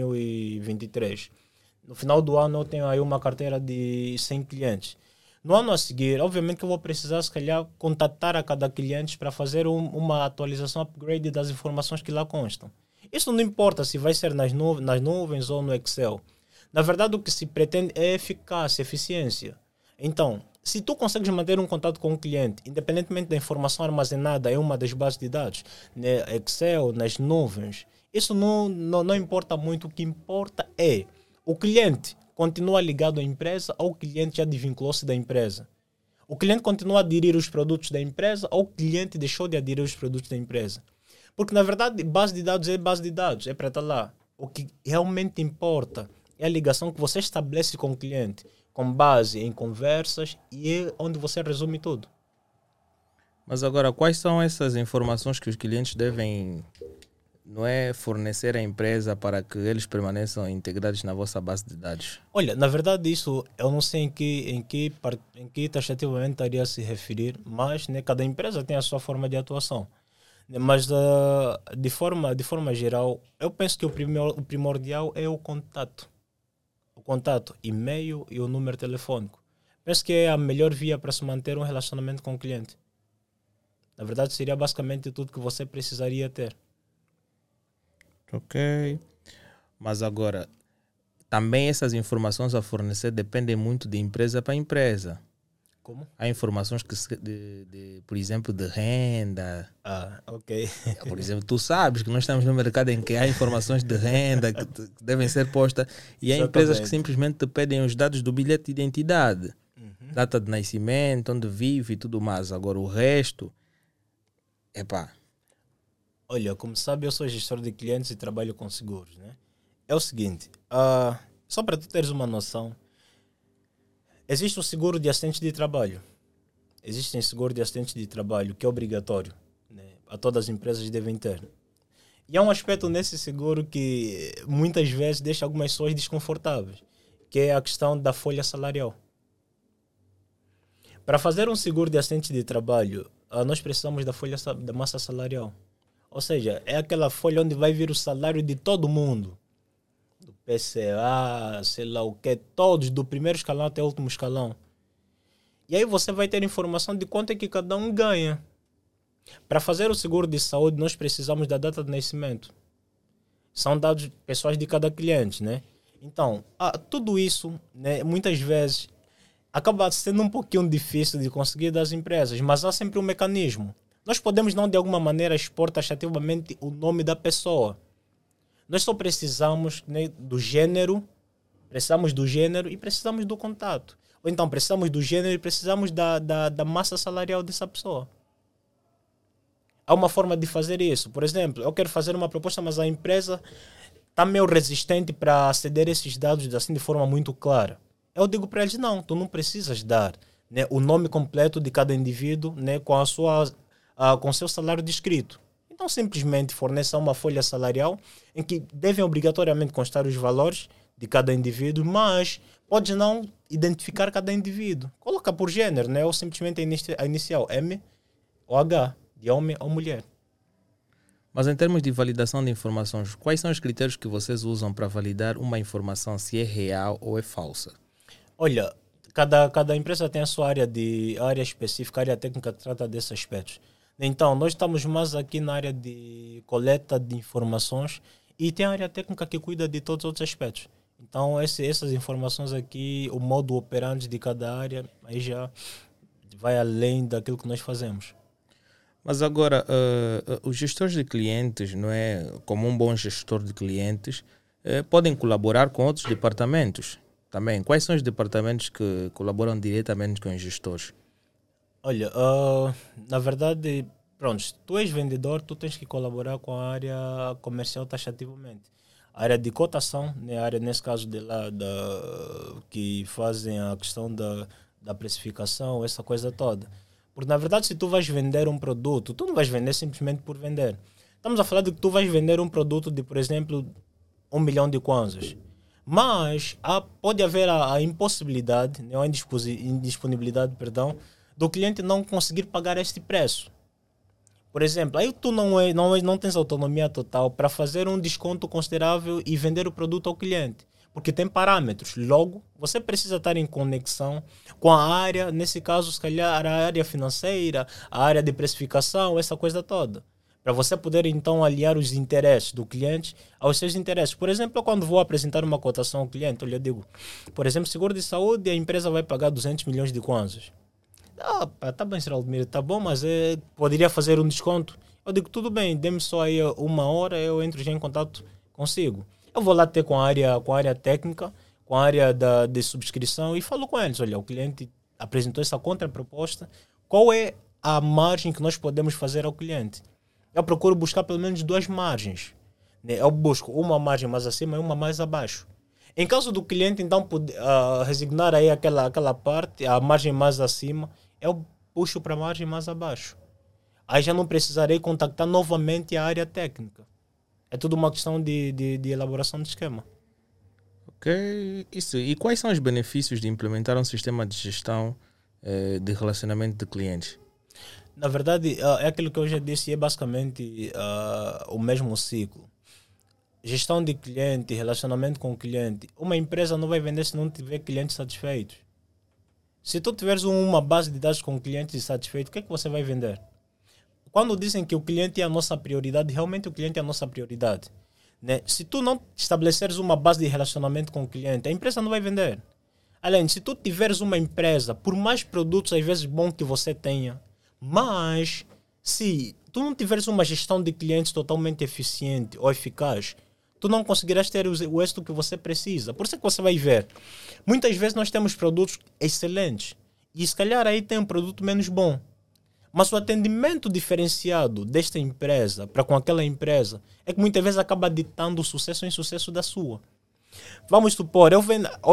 2023. No final do ano eu tenho aí uma carteira de 100 clientes. No ano a seguir, obviamente que eu vou precisar, se calhar, contatar a cada cliente para fazer uma atualização, upgrade das informações que lá constam. Isso não importa se vai ser nas nuvens ou no Excel. Na verdade, o que se pretende é eficácia, eficiência. Então, se tu consegues manter um contato com o cliente, independentemente da informação armazenada em uma das bases de dados, né, Excel, nas nuvens, isso não importa muito. O que importa é o cliente continua ligado à empresa ou o cliente já desvinculou-se da empresa. O cliente continua a aderir os produtos da empresa ou o cliente deixou de aderir os produtos da empresa. Porque, na verdade, base de dados é base de dados, é para estar lá. O que realmente importa é a ligação que você estabelece com o cliente, com base em conversas, e é onde você resume tudo. Mas agora, quais são essas informações que os clientes devem, não é, fornecer à empresa para que eles permaneçam integrados na vossa base de dados? Olha, na verdade isso eu não sei em que taxativamente estaria a se referir, mas, né, cada empresa tem a sua forma de atuação. Mas de forma geral, eu penso que o primordial é o contato. O contato, e-mail e o número telefônico. Penso que é a melhor via para se manter um relacionamento com o cliente. Na verdade, seria basicamente tudo que você precisaria ter. Ok. Mas agora, também essas informações a fornecer dependem muito de empresa para empresa. Como? Há informações que, por exemplo, de renda. Ok. Por exemplo, tu sabes que nós estamos no mercado em que há informações de renda que devem ser postas e há empresas que simplesmente te pedem os dados do bilhete de identidade, data de nascimento, onde vive e tudo mais. Agora o resto, Olha, como sabe, eu sou gestor de clientes e trabalho com seguros, né? É o seguinte, só para tu teres uma noção, existe o seguro de acidente de trabalho. Existe um seguro de acidente de trabalho que é obrigatório, né? A todas as empresas devem ter. E há um aspecto nesse seguro que muitas vezes deixa algumas pessoas desconfortáveis, que é a questão da folha salarial. Para fazer um seguro de acidente de trabalho, nós precisamos da massa salarial. Ou seja, é aquela folha onde vai vir o salário de todo mundo. Do PCA, sei lá o que, todos, do primeiro escalão até o último escalão. E aí você vai ter informação de quanto é que cada um ganha. Para fazer o seguro de saúde, nós precisamos da data de nascimento. São dados pessoais de cada cliente, né? Então, tudo isso, né, muitas vezes, acaba sendo um pouquinho difícil de conseguir das empresas, mas há sempre um mecanismo. Nós podemos não, de alguma maneira, expor taxativamente o nome da pessoa. Nós só precisamos, né, do gênero e precisamos do contato. Ou então precisamos do gênero e precisamos da massa salarial dessa pessoa. Há uma forma de fazer isso. Por exemplo, eu quero fazer uma proposta, mas a empresa está meio resistente para ceder esses dados assim de forma muito clara. Eu digo para eles, não, tu não precisas dar, né, o nome completo de cada indivíduo, né, com o seu salário descrito. Então, simplesmente forneça uma folha salarial em que devem obrigatoriamente constar os valores de cada indivíduo, mas pode não identificar cada indivíduo. Coloca por gênero, né? Ou simplesmente a inicial M ou H, de homem ou mulher. Mas em termos de validação de informações, quais são os critérios que vocês usam para validar uma informação, se é real ou é falsa? Olha, cada empresa tem a sua área específica, área técnica que trata desses aspectos. Então, nós estamos mais aqui na área de coleta de informações e tem a área técnica que cuida de todos os outros aspectos. Então, essas informações aqui, o modo operante de cada área, aí já vai além daquilo que nós fazemos. Mas agora, os gestores de clientes, não é, como um bom gestor de clientes, podem colaborar com outros departamentos também. Quais são os departamentos que colaboram diretamente com os gestores? Olha, na verdade, pronto, se tu és vendedor, tu tens que colaborar com a área comercial taxativamente. A área de cotação, né, a área, nesse caso, de lá, que fazem a questão da precificação, essa coisa toda. Porque, na verdade, se tu vais vender um produto, tu não vais vender simplesmente por vender. Estamos a falar de que tu vais vender um produto de, por exemplo, 1 milhão de kwanzas. Mas pode haver a impossibilidade, né, a indisponibilidade, perdão, do cliente não conseguir pagar este preço. Por exemplo, aí tu não tens autonomia total para fazer um desconto considerável e vender o produto ao cliente. Porque tem parâmetros. Logo, você precisa estar em conexão com a área, nesse caso, se calhar, a área financeira, a área de precificação, essa coisa toda. Para você poder, então, aliar os interesses do cliente aos seus interesses. Por exemplo, quando vou apresentar uma cotação ao cliente, eu digo, por exemplo, seguro de saúde, a empresa vai pagar 200 milhões de kwanzas. Tá bem, Sr. Aldemir, tá bom, mas poderia fazer um desconto. Eu digo, tudo bem, dê-me só aí 1 hora, eu entro já em contato consigo. Eu vou lá ter com a área técnica, com a área de subscrição e falo com eles. Olha, o cliente apresentou essa contraproposta. Qual é a margem que nós podemos fazer ao cliente? Eu procuro buscar pelo menos 2 margens. Né? Eu busco uma margem mais acima e uma mais abaixo. Em caso do cliente, então, resignar aí aquela parte, a margem mais acima, eu puxo para a margem mais abaixo. Aí já não precisarei contactar novamente a área técnica. É tudo uma questão de elaboração de esquema. Ok, isso. E quais são os benefícios de implementar um sistema de gestão de relacionamento de clientes? Na verdade, é aquilo que eu já disse, é basicamente o mesmo ciclo. Gestão de cliente, relacionamento com o cliente. Uma empresa não vai vender se não tiver clientes satisfeitos. Se tu tiveres uma base de dados com clientes satisfeitos, o que é que você vai vender? Quando dizem que o cliente é a nossa prioridade, realmente o cliente é a nossa prioridade. Né? Se tu não estabeleceres uma base de relacionamento com o cliente, a empresa não vai vender. Além, se tu tiveres uma empresa, por mais produtos às vezes bom que você tenha, mas se tu não tiveres uma gestão de clientes totalmente eficiente ou eficaz, tu não conseguirás ter o êxito que você precisa. Por isso é que você vai ver. Muitas vezes nós temos produtos excelentes e se calhar aí tem um produto menos bom. Mas o atendimento diferenciado desta empresa para com aquela empresa é que muitas vezes acaba ditando o sucesso ou insucesso da sua. Vamos supor, eu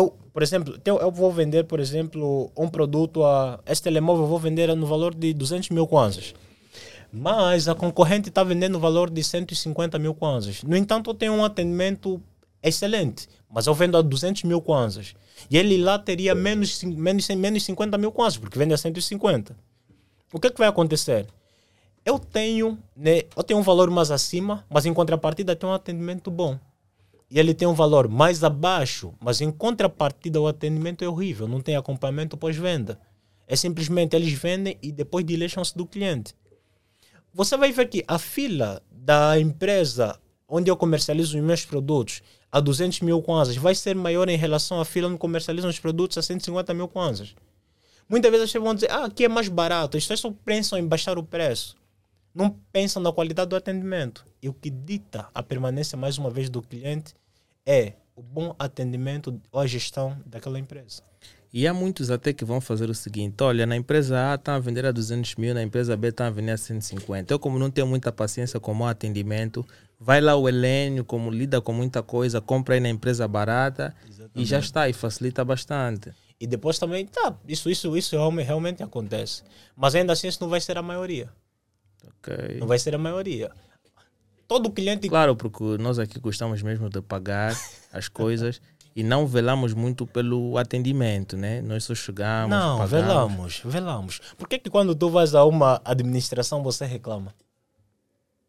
vou vender, por exemplo, um produto, este telemóvel eu vou vender no valor de 200 mil kwanzas. Mas a concorrente está vendendo no valor de 150 mil kwanzas. No entanto, eu tenho um atendimento excelente, mas eu vendo a 200 mil kwanzas. E ele lá teria menos 50 mil kwanzas, porque vende a 150. O que é que vai acontecer? Eu tenho um valor mais acima, mas em contrapartida tem um atendimento bom. E ele tem um valor mais abaixo, mas em contrapartida o atendimento é horrível, não tem acompanhamento pós-venda. É simplesmente eles vendem e depois desleixam-se do cliente. Você vai ver que a fila da empresa onde eu comercializo os meus produtos a 200 mil kwanzas vai ser maior em relação à fila onde comercializam os produtos a 150 mil kwanzas. Muitas vezes as pessoas vão dizer, aqui é mais barato, as pessoas só pensam em baixar o preço. Não pensam na qualidade do atendimento. E o que dita a permanência, mais uma vez, do cliente é o bom atendimento ou a gestão daquela empresa. E há muitos até que vão fazer o seguinte, olha, na empresa A está a vender a 200 mil, na empresa B está a vender a 150. Eu, como não tenho muita paciência com o meu atendimento, vai lá o Helênio, como lida com muita coisa, compra aí na empresa barata. Exatamente. E já está, e facilita bastante. E depois também, isso realmente acontece. Mas ainda assim isso não vai ser a maioria. Okay. Não vai ser a maioria. Todo cliente... Claro, porque nós aqui gostamos mesmo de pagar as coisas e não velamos muito pelo atendimento, né? Nós só chegamos, pagamos. Velamos. Por que quando tu vais a uma administração você reclama?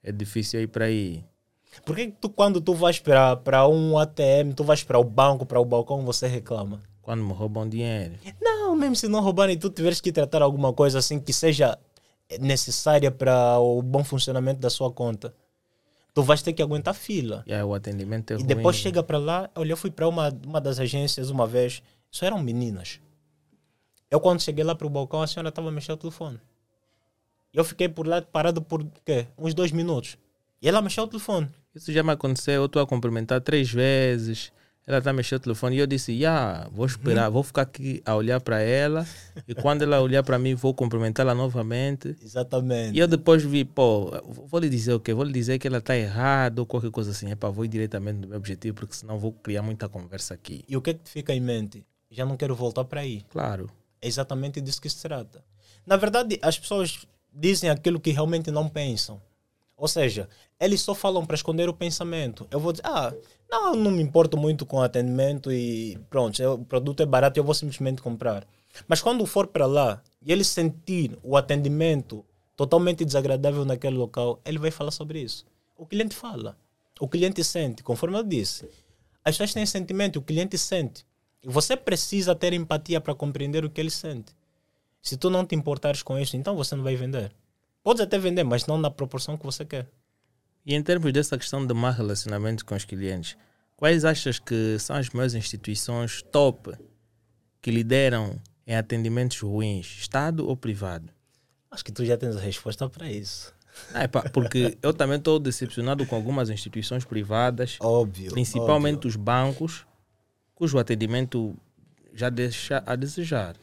é difícil ir para aí. Por que tu, quando tu vais para um ATM, tu vais para o banco, para o balcão, você reclama? Quando me roubam dinheiro. Não, mesmo se não roubarem, tu tiveres que tratar alguma coisa assim que seja necessária para o bom funcionamento da sua conta, tu vais ter que aguentar fila. E aí o atendimento é E ruim. depois chega para lá, olha, eu fui para uma das agências uma vez, só eram meninas. Eu quando cheguei lá para o balcão, a senhora estava a mexer o telefone. Eu fiquei por lá parado por quê? Uns 2 minutos. E ela mexeu o telefone. Isso já me aconteceu, eu estou a cumprimentar 3 vezes, ela está a mexer o telefone e eu disse, vou esperar, vou ficar aqui a olhar para ela e quando ela olhar para mim vou cumprimentá-la novamente. Exatamente. E eu depois vi, vou lhe dizer o quê? Vou lhe dizer que ela está errada ou qualquer coisa assim. Vou ir diretamente no meu objetivo porque senão vou criar muita conversa aqui. E o que é que te fica em mente? Já não quero voltar para aí. Claro. É exatamente disso que se trata. Na verdade, as pessoas dizem aquilo que realmente não pensam. Ou seja, eles só falam para esconder o pensamento. Eu vou dizer, não me importo muito com o atendimento e pronto, o produto é barato, eu vou simplesmente comprar. Mas quando for para lá e ele sentir o atendimento totalmente desagradável naquele local, ele vai falar sobre isso. O cliente fala. O cliente sente, conforme eu disse. As pessoas têm sentimento, o cliente sente. E você precisa ter empatia para compreender o que ele sente. Se tu não te importares com isso, então você não vai vender. Podes até vender, mas não na proporção que você quer. E em termos dessa questão de mau relacionamento com os clientes, quais achas que são as maiores instituições top que lideram em atendimentos ruins, Estado ou privado? Acho que tu já tens a resposta para isso. Porque eu também estou decepcionado com algumas instituições privadas, Óbvio. principalmente os bancos, cujo atendimento já deixa a desejar.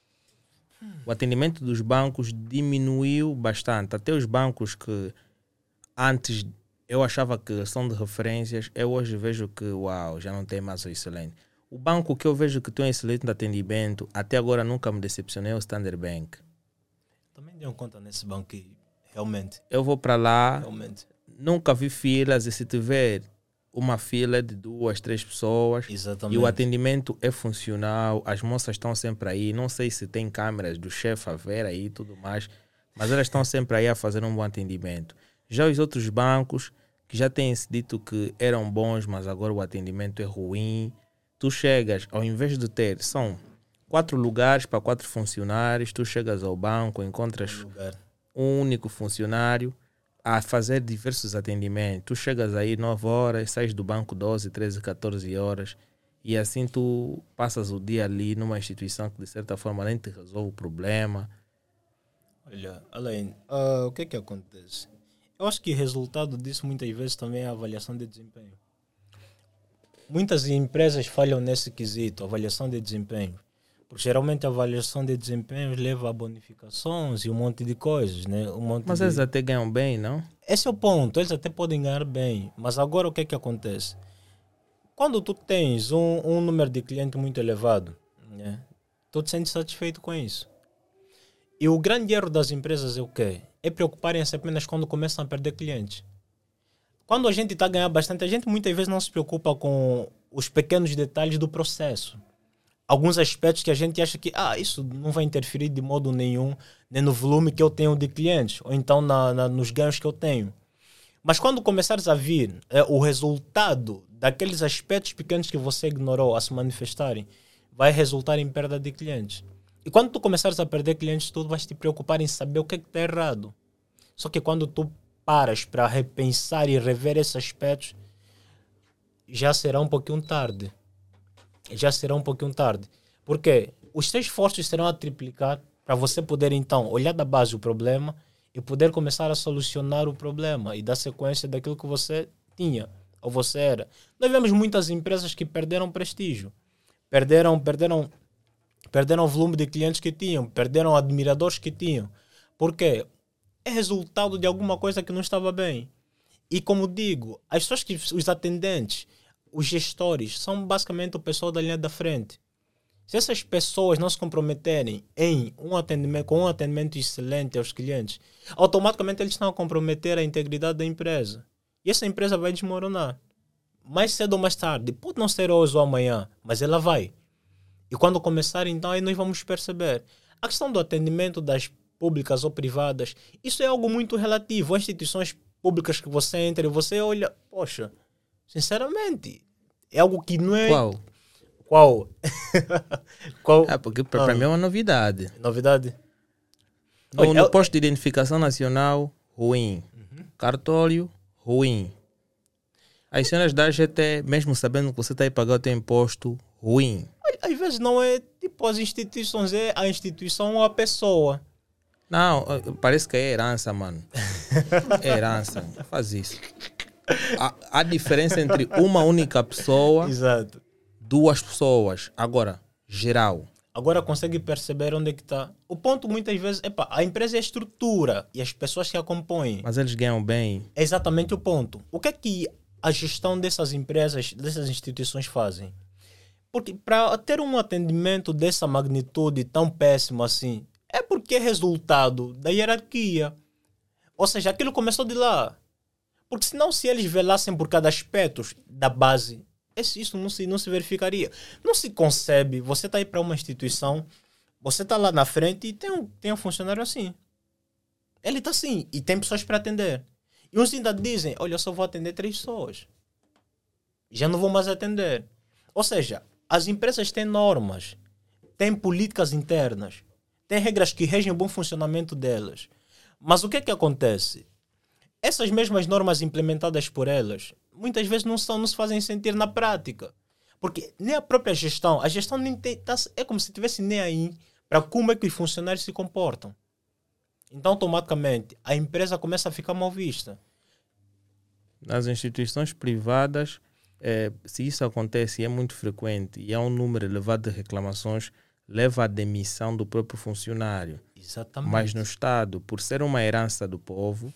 O atendimento dos bancos diminuiu bastante. Até os bancos que antes eu achava que são de referências, eu hoje vejo que, já não tem mais o excelente. O banco que eu vejo que tem um excelente atendimento, até agora nunca me decepcionei, é o Standard Bank. Também dei conta nesse banco que realmente... Eu vou para lá, Realmente. nunca vi filas, e se tiver uma fila de 2, 3 pessoas. Exatamente. E o atendimento é funcional, as moças estão sempre aí, não sei se tem câmeras do chefe a ver aí e tudo mais, mas elas estão sempre aí a fazer um bom atendimento. Já os outros bancos que já têm se dito que eram bons, mas agora o atendimento é ruim, tu chegas, ao invés de ter, são 4 lugares para 4 funcionários, tu chegas ao banco, encontras um único funcionário a fazer diversos atendimentos. Tu chegas aí 9 horas, sais do banco 12, 13, 14 horas e assim tu passas o dia ali numa instituição que de certa forma nem te resolve o problema. Olha, além, o que é que acontece? Eu acho que o resultado disso muitas vezes também é a avaliação de desempenho. Muitas empresas falham nesse quesito, avaliação de desempenho. Porque geralmente a avaliação de desempenho leva a bonificações e um monte de coisas, né? Mas eles até ganham bem, não? Esse é o ponto, eles até podem ganhar bem. Mas agora o que é que acontece? Quando tu tens um número de cliente muito elevado, né? Tu te sentes satisfeito com isso. E o grande erro das empresas é o quê? É preocuparem-se apenas quando começam a perder clientes. Quando a gente está a ganhar bastante, a gente muitas vezes não se preocupa com os pequenos detalhes do processo. Alguns aspectos que a gente acha que isso não vai interferir de modo nenhum nem no volume que eu tenho de clientes, ou então nos ganhos que eu tenho. Mas quando começares a vir o resultado daqueles aspectos pequenos que você ignorou a se manifestarem, vai resultar em perda de clientes. E quando tu começares a perder clientes, tu vais te preocupar em saber o que está errado. Só que quando tu paras para repensar e rever esses aspectos, já será um pouquinho tarde. Porque os teus esforços serão a triplicar para você poder, então, olhar da base o problema e poder começar a solucionar o problema e dar sequência daquilo que você tinha ou você era. Nós vemos muitas empresas que perderam prestígio. Perderam o volume de clientes que tinham, perderam admiradores que tinham. Por quê? É resultado de alguma coisa que não estava bem. E como digo, as pessoas os atendentes, os gestores, são basicamente o pessoal da linha da frente. Se essas pessoas não se comprometerem em com um atendimento excelente aos clientes, automaticamente eles estão a comprometer a integridade da empresa. E essa empresa vai desmoronar. Mais cedo ou mais tarde, pode não ser hoje ou amanhã, mas ela vai. E quando começar, então, aí nós vamos perceber. A questão do atendimento das públicas ou privadas, isso é algo muito relativo. Há instituições públicas que você entra e você olha, poxa, sinceramente, é algo que não é... Qual? Qual? Qual? Porque para mim é uma novidade. Novidade? No, Olha, no posto de identificação nacional, ruim. Cartório, ruim. As cenas da AGT, mesmo sabendo que você está aí pagar o teu imposto, ruim. às vezes não é tipo as instituições, é a instituição ou a pessoa. Não, parece que é herança, mano. É herança. Faz isso. A diferença entre uma única pessoa, Exato. duas pessoas. Agora, geral. Agora consegue perceber onde é que está. O ponto muitas vezes, a empresa é a estrutura e as pessoas que a compõem. Mas eles ganham bem. É exatamente o ponto. O que é que a gestão dessas empresas, dessas instituições fazem? Porque para ter um atendimento dessa magnitude tão péssimo assim, é porque é resultado da hierarquia. Ou seja, aquilo começou de lá. Porque senão, se eles velassem por cada aspecto da base, isso não se verificaria. Não se concebe. Você está aí para uma instituição, você está lá na frente e tem um funcionário assim. Ele está assim e tem pessoas para atender. E uns ainda dizem, olha, eu só vou atender 3 pessoas. Já não vou mais atender. Ou seja, as empresas têm normas, têm políticas internas, têm regras que regem o bom funcionamento delas. Mas o que é que acontece? Essas mesmas normas implementadas por elas, muitas vezes não se fazem sentir na prática. Porque nem a própria gestão, a gestão nem tem, é como se tivesse nem aí para como é que os funcionários se comportam. Então, automaticamente, a empresa começa a ficar mal vista. Nas instituições privadas, se isso acontece e é muito frequente e há um número elevado de reclamações, leva à demissão do próprio funcionário. Exatamente. Mas no Estado, por ser uma herança do povo,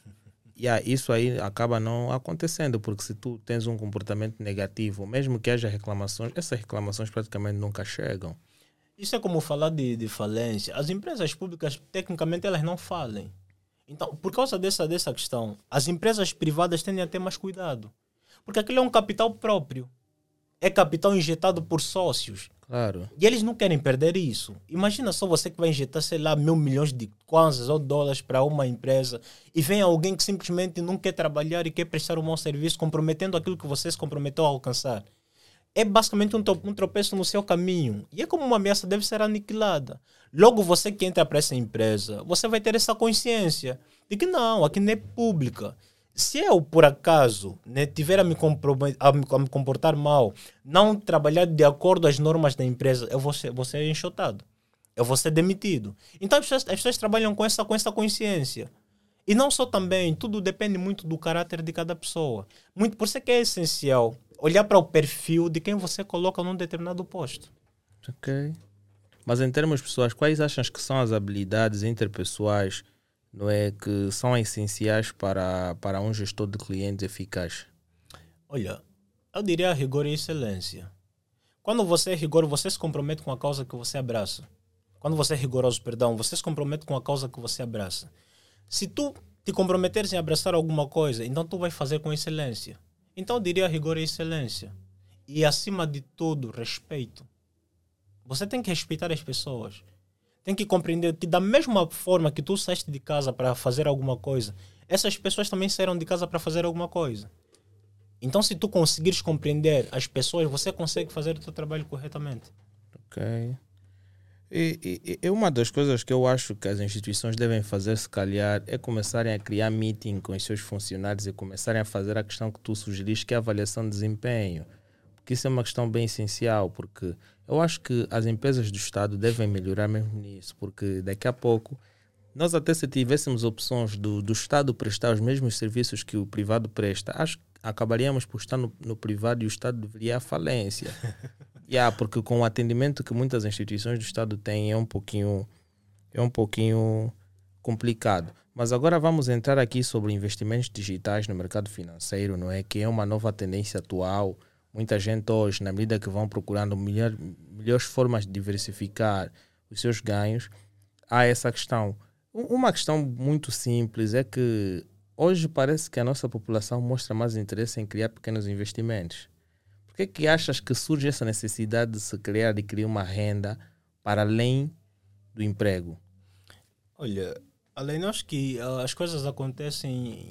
isso aí acaba não acontecendo, porque se tu tens um comportamento negativo, mesmo que haja reclamações, essas reclamações praticamente nunca chegam. Isso é como falar de falência. As empresas públicas, tecnicamente, elas não falem. Então, por causa dessa questão, as empresas privadas tendem a ter mais cuidado. Porque aquilo é um capital próprio. É capital injetado por sócios. Claro. E eles não querem perder isso. Imagina só você que vai injetar, sei lá, 1.000 milhões de kwanzas ou dólares para uma empresa e vem alguém que simplesmente não quer trabalhar e quer prestar um bom serviço, comprometendo aquilo que você se comprometeu a alcançar. É basicamente um tropeço no seu caminho. E é como uma ameaça, deve ser aniquilada. Logo, você que entra para essa empresa, você vai ter essa consciência de que não, aqui não é pública. Se eu, por acaso, tiver a me comportar mal, não trabalhar de acordo às normas da empresa, eu vou ser enxotado. Eu vou ser demitido. Então, as pessoas trabalham com essa consciência. E não só também, tudo depende muito do caráter de cada pessoa. Por isso é que é essencial olhar para o perfil de quem você coloca num determinado posto. Ok. Mas em termos pessoais, quais achas que são as habilidades interpessoais, não é, que são essenciais para um gestor de clientes eficaz? Olha, eu diria rigor e excelência. Quando você é rigor, você se compromete com a causa que você abraça. Quando você é rigoroso, você se compromete com a causa que você abraça. Se tu te comprometeres em abraçar alguma coisa, então tu vai fazer com excelência. Então eu diria rigor e excelência. E acima de tudo, respeito. Você tem que respeitar as pessoas. Tem que compreender que da mesma forma que tu saíste de casa para fazer alguma coisa, essas pessoas também saíram de casa para fazer alguma coisa. Então se tu conseguires compreender as pessoas, você consegue fazer o teu trabalho corretamente. Ok. E uma das coisas que eu acho que as instituições devem fazer, se calhar, é começarem a criar meeting com os seus funcionários e começarem a fazer a questão que tu sugeriste, que é a avaliação de desempenho. Porque isso é uma questão bem essencial, porque eu acho que as empresas do Estado devem melhorar mesmo nisso, porque daqui a pouco, nós até se tivéssemos opções do Estado prestar os mesmos serviços que o privado presta, acho que acabaríamos por estar no privado e o Estado deveria ir à falência. Porque com o atendimento que muitas instituições do Estado têm é um pouquinho complicado. Mas agora vamos entrar aqui sobre investimentos digitais no mercado financeiro, não é? Que é uma nova tendência atual. Muita gente hoje, na medida que vão procurando melhores formas de diversificar os seus ganhos, há essa questão. Uma questão muito simples é que hoje parece que a nossa população mostra mais interesse em criar pequenos investimentos. Por que achas que surge essa necessidade de se criar, de criar uma renda para além do emprego? Olha, além de nós que as coisas acontecem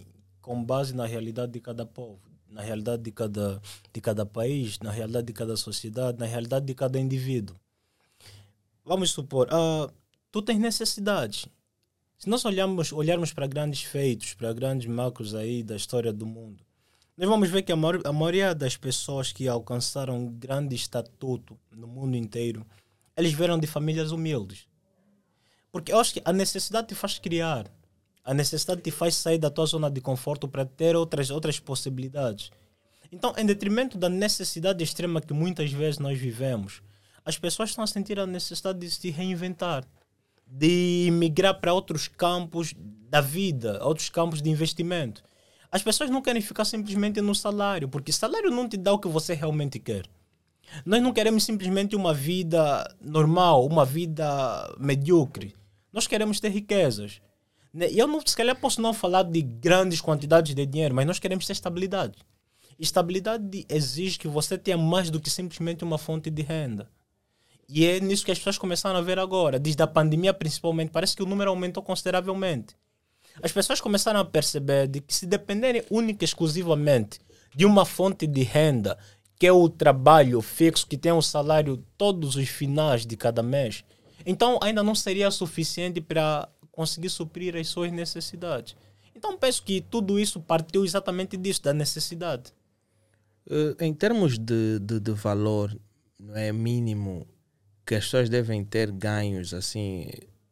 com base na realidade de cada povo, na realidade de cada país, na realidade de cada sociedade, na realidade de cada indivíduo. Vamos supor, tu tens necessidades. Se nós olharmos para grandes feitos, para grandes marcos aí da história do mundo, nós vamos ver que a maioria das pessoas que alcançaram grande estatuto no mundo inteiro, eles vieram de famílias humildes. Porque eu acho que a necessidade te faz criar, a necessidade te faz sair da tua zona de conforto para ter outras possibilidades. Então, em detrimento da necessidade extrema que muitas vezes nós vivemos, as pessoas estão a sentir a necessidade de se reinventar, de migrar para outros campos da vida, outros campos de investimento. As pessoas não querem ficar simplesmente no salário, porque salário não te dá o que você realmente quer. Nós não queremos simplesmente uma vida normal, uma vida medíocre. Nós queremos ter riquezas. E eu, não, se calhar, posso não falar de grandes quantidades de dinheiro, mas nós queremos ter estabilidade. Estabilidade exige que você tenha mais do que simplesmente uma fonte de renda. E é nisso que as pessoas começaram a ver agora. Desde a pandemia, principalmente, parece que o número aumentou consideravelmente. As pessoas começaram a perceber de que se dependerem única e exclusivamente de uma fonte de renda, que é o trabalho fixo, que tem um salário todos os finais de cada mês, então ainda não seria suficiente para conseguir suprir as suas necessidades. Então penso que tudo isso partiu exatamente disso, da necessidade. Em termos de valor, não é mínimo que as pessoas devem ter ganhos assim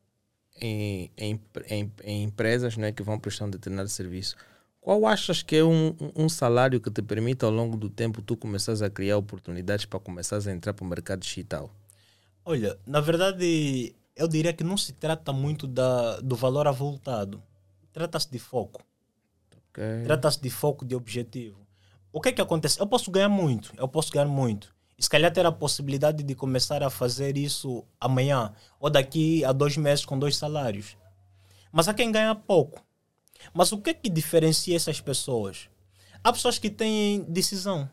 em empresas, não é, que vão prestar um determinado serviço. Qual achas que é um salário que te permite ao longo do tempo tu começares a criar oportunidades para começares a entrar para o mercado digital? Olha, na verdade, eu diria que não se trata muito do valor avultado. Trata-se de foco. Okay. Trata-se de foco, de objetivo. O que é que acontece? Eu posso ganhar muito. E se calhar ter a possibilidade de começar a fazer isso amanhã ou daqui a 2 meses com 2 salários. Mas há quem ganha pouco. Mas o que é que diferencia essas pessoas? Há pessoas que têm decisão,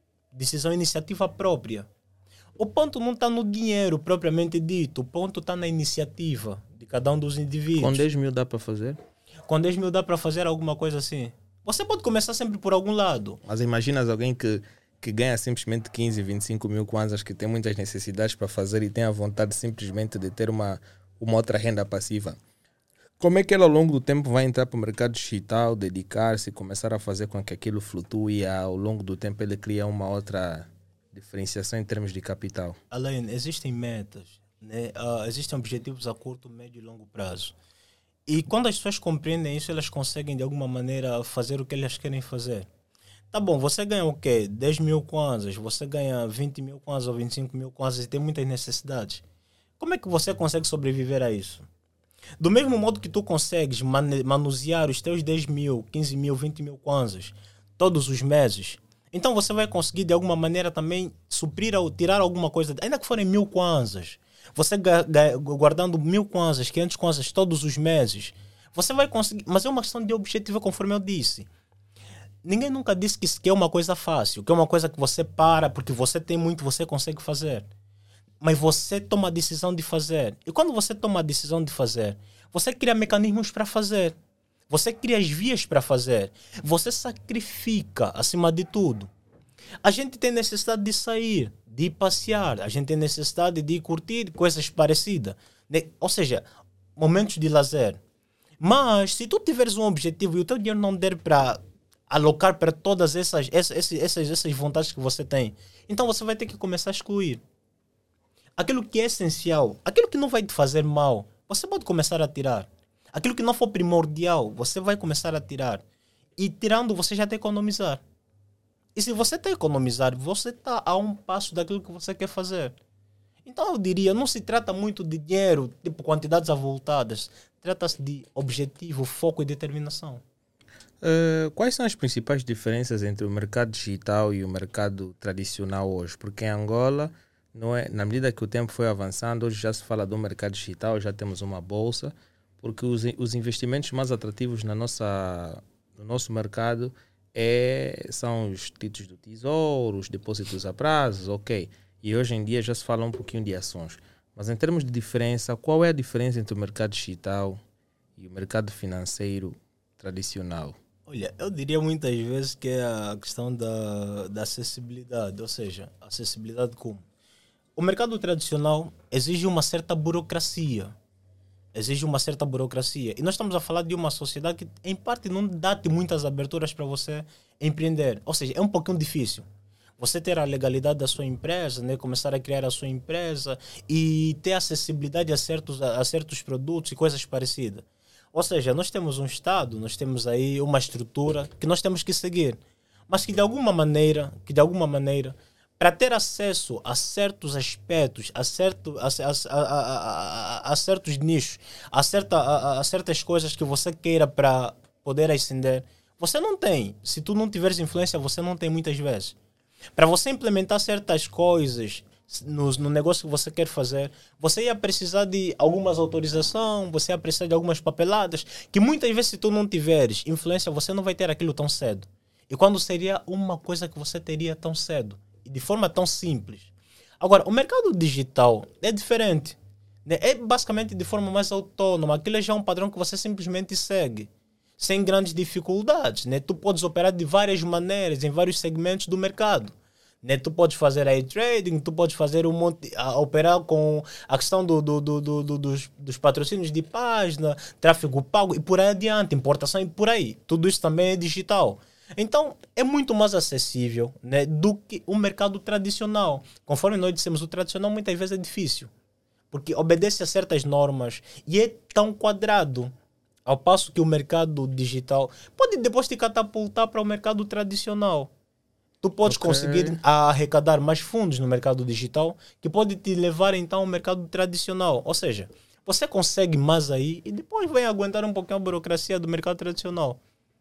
iniciativa própria. O ponto não está no dinheiro propriamente dito, o ponto está na iniciativa de cada um dos indivíduos. Com 10 mil dá para fazer? Com 10 mil dá para fazer alguma coisa assim. Você pode começar sempre por algum lado. Mas imaginas alguém que ganha simplesmente 15, 25 mil kwanzas, que tem muitas necessidades para fazer e tem a vontade simplesmente de ter uma outra renda passiva. Como é que ele ao longo do tempo vai entrar para o mercado digital, dedicar-se, começar a fazer com que aquilo flutue e ao longo do tempo ele cria uma outra diferenciação em termos de capital? Além, existem metas, né? Existem objetivos a curto, médio e longo prazo. E quando as pessoas compreendem isso, elas conseguem de alguma maneira fazer o que elas querem fazer. Tá bom, você ganha o quê? 10 mil kwanzas, você ganha 20 mil kwanzas ou 25 mil kwanzas e tem muitas necessidades. Como é que você consegue sobreviver a isso? Do mesmo modo que tu consegues manusear os teus 10 mil, 15 mil, 20 mil kwanzas todos os meses, então você vai conseguir de alguma maneira também suprir ou tirar alguma coisa, ainda que forem 1000 kwanzas. Você guardando 1000 kwanzas, 500 kwanzas todos os meses, você vai conseguir, mas é uma questão de objetivo, conforme eu disse. Ninguém nunca disse que é uma coisa fácil, que é uma coisa que você para, porque você tem muito, você consegue fazer. Mas você toma a decisão de fazer. E quando você toma a decisão de fazer, você cria mecanismos para fazer. Você cria as vias para fazer. Você sacrifica, acima de tudo. A gente tem necessidade de sair, de ir passear. A gente tem necessidade de ir curtir coisas parecidas. Ou seja, momentos de lazer. Mas, se tu tiveres um objetivo e o teu dinheiro não der para alocar para todas essas vontades que você tem, então você vai ter que começar a excluir. Aquilo que é essencial, aquilo que não vai te fazer mal, você pode começar a tirar. Aquilo que não for primordial, você vai começar a tirar. E tirando, você já está a economizar. E se você está a economizar, você está a um passo daquilo que você quer fazer. Então eu diria, não se trata muito de dinheiro, tipo quantidades avultadas. Trata-se de objetivo, foco e determinação. Quais são as principais diferenças entre o mercado digital e o mercado tradicional hoje? Porque em Angola, não é, na medida que o tempo foi avançando, hoje já se fala do mercado digital, já temos uma bolsa, porque os investimentos mais atrativos no nosso mercado são os títulos do tesouro, os depósitos a prazos, ok. E hoje em dia já se fala um pouquinho de ações. Mas em termos de diferença, qual é a diferença entre o mercado digital e o mercado financeiro tradicional? Olha, eu diria muitas vezes que é a questão da acessibilidade, ou seja, acessibilidade como? O mercado tradicional exige uma certa burocracia. Exige uma certa burocracia. E nós estamos a falar de uma sociedade que, em parte, não dá-te muitas aberturas para você empreender. Ou seja, é um pouquinho difícil. Você ter a legalidade da sua empresa, né? Começar a criar a sua empresa e ter acessibilidade a certos produtos e coisas parecidas. Ou seja, nós temos um Estado, nós temos aí uma estrutura que nós temos que seguir. Mas que de alguma maneira para ter acesso a certos aspectos, a certos nichos, a certas coisas que você queira para poder ascender, você não tem. Se tu não tiveres influência, você não tem muitas vezes. Para você implementar certas coisas no negócio que você quer fazer, você ia precisar de algumas autorizações, você ia precisar de algumas papeladas, que muitas vezes se tu não tiveres influência, você não vai ter aquilo tão cedo. E quando seria uma coisa que você teria tão cedo? E de forma tão simples. Agora, o mercado digital é diferente. Né? É basicamente de forma mais autônoma. Aquilo já é um padrão que você simplesmente segue. Sem grandes dificuldades. Né? Tu podes operar de várias maneiras, em vários segmentos do mercado. Né? Tu podes fazer aí trading, tu podes fazer operar com a questão dos patrocínios de página, tráfego pago e por aí adiante, importação e por aí. Tudo isso também é digital. Então, é muito mais acessível, né, do que o mercado tradicional. Conforme nós dissemos, o tradicional muitas vezes é difícil, porque obedece a certas normas e é tão quadrado. Ao passo que o mercado digital pode depois te catapultar para o mercado tradicional. Tu podes conseguir arrecadar mais fundos no mercado digital, que pode te levar então ao mercado tradicional. Ou seja, você consegue mais aí e depois vem aguentar um pouquinho a burocracia do mercado tradicional.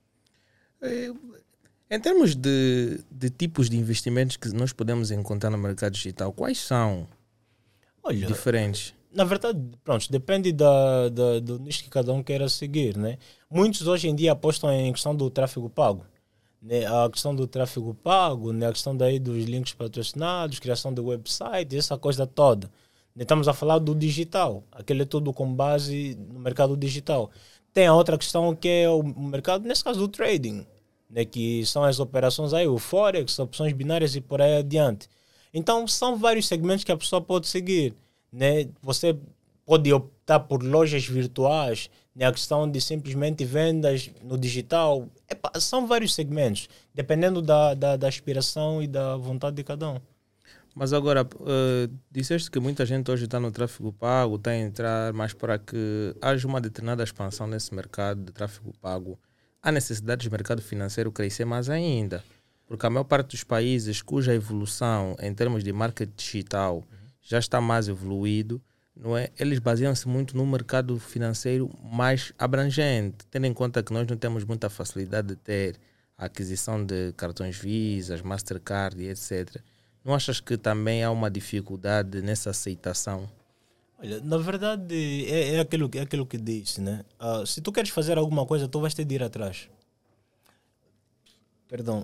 Em termos de tipos de investimentos que nós podemos encontrar no mercado digital, quais são diferentes? Na verdade, pronto, depende do nicho que cada um queira seguir, né? Muitos hoje em dia apostam em questão do tráfego pago. Né? A questão do tráfego pago, né? A questão daí dos links patrocinados, criação de website, essa coisa toda. Né? Estamos a falar do digital. Aquele é tudo com base no mercado digital. Tem a outra questão que é o mercado, nesse caso, do trading. Né, que são as operações aí, o Forex, opções binárias e por aí adiante. Então, são vários segmentos que a pessoa pode seguir. Né? Você pode optar por lojas virtuais, né? A questão de simplesmente vendas no digital. São vários segmentos, dependendo da aspiração e da vontade de cada um. Mas agora, disseste que muita gente hoje está no tráfego pago, está a entrar, mas para que haja uma determinada expansão nesse mercado de tráfego pago, há necessidade do mercado financeiro crescer mais ainda. Porque a maior parte dos países cuja evolução em termos de marketing digital já está mais evoluído, não é? Eles baseiam-se muito no mercado financeiro mais abrangente, tendo em conta que nós não temos muita facilidade de ter a aquisição de cartões Visa, Mastercard e etc. Não achas que também há uma dificuldade nessa aceitação? Olha, na verdade é aquilo que disse, né? Se tu queres fazer alguma coisa, tu vais ter de ir atrás. Perdão.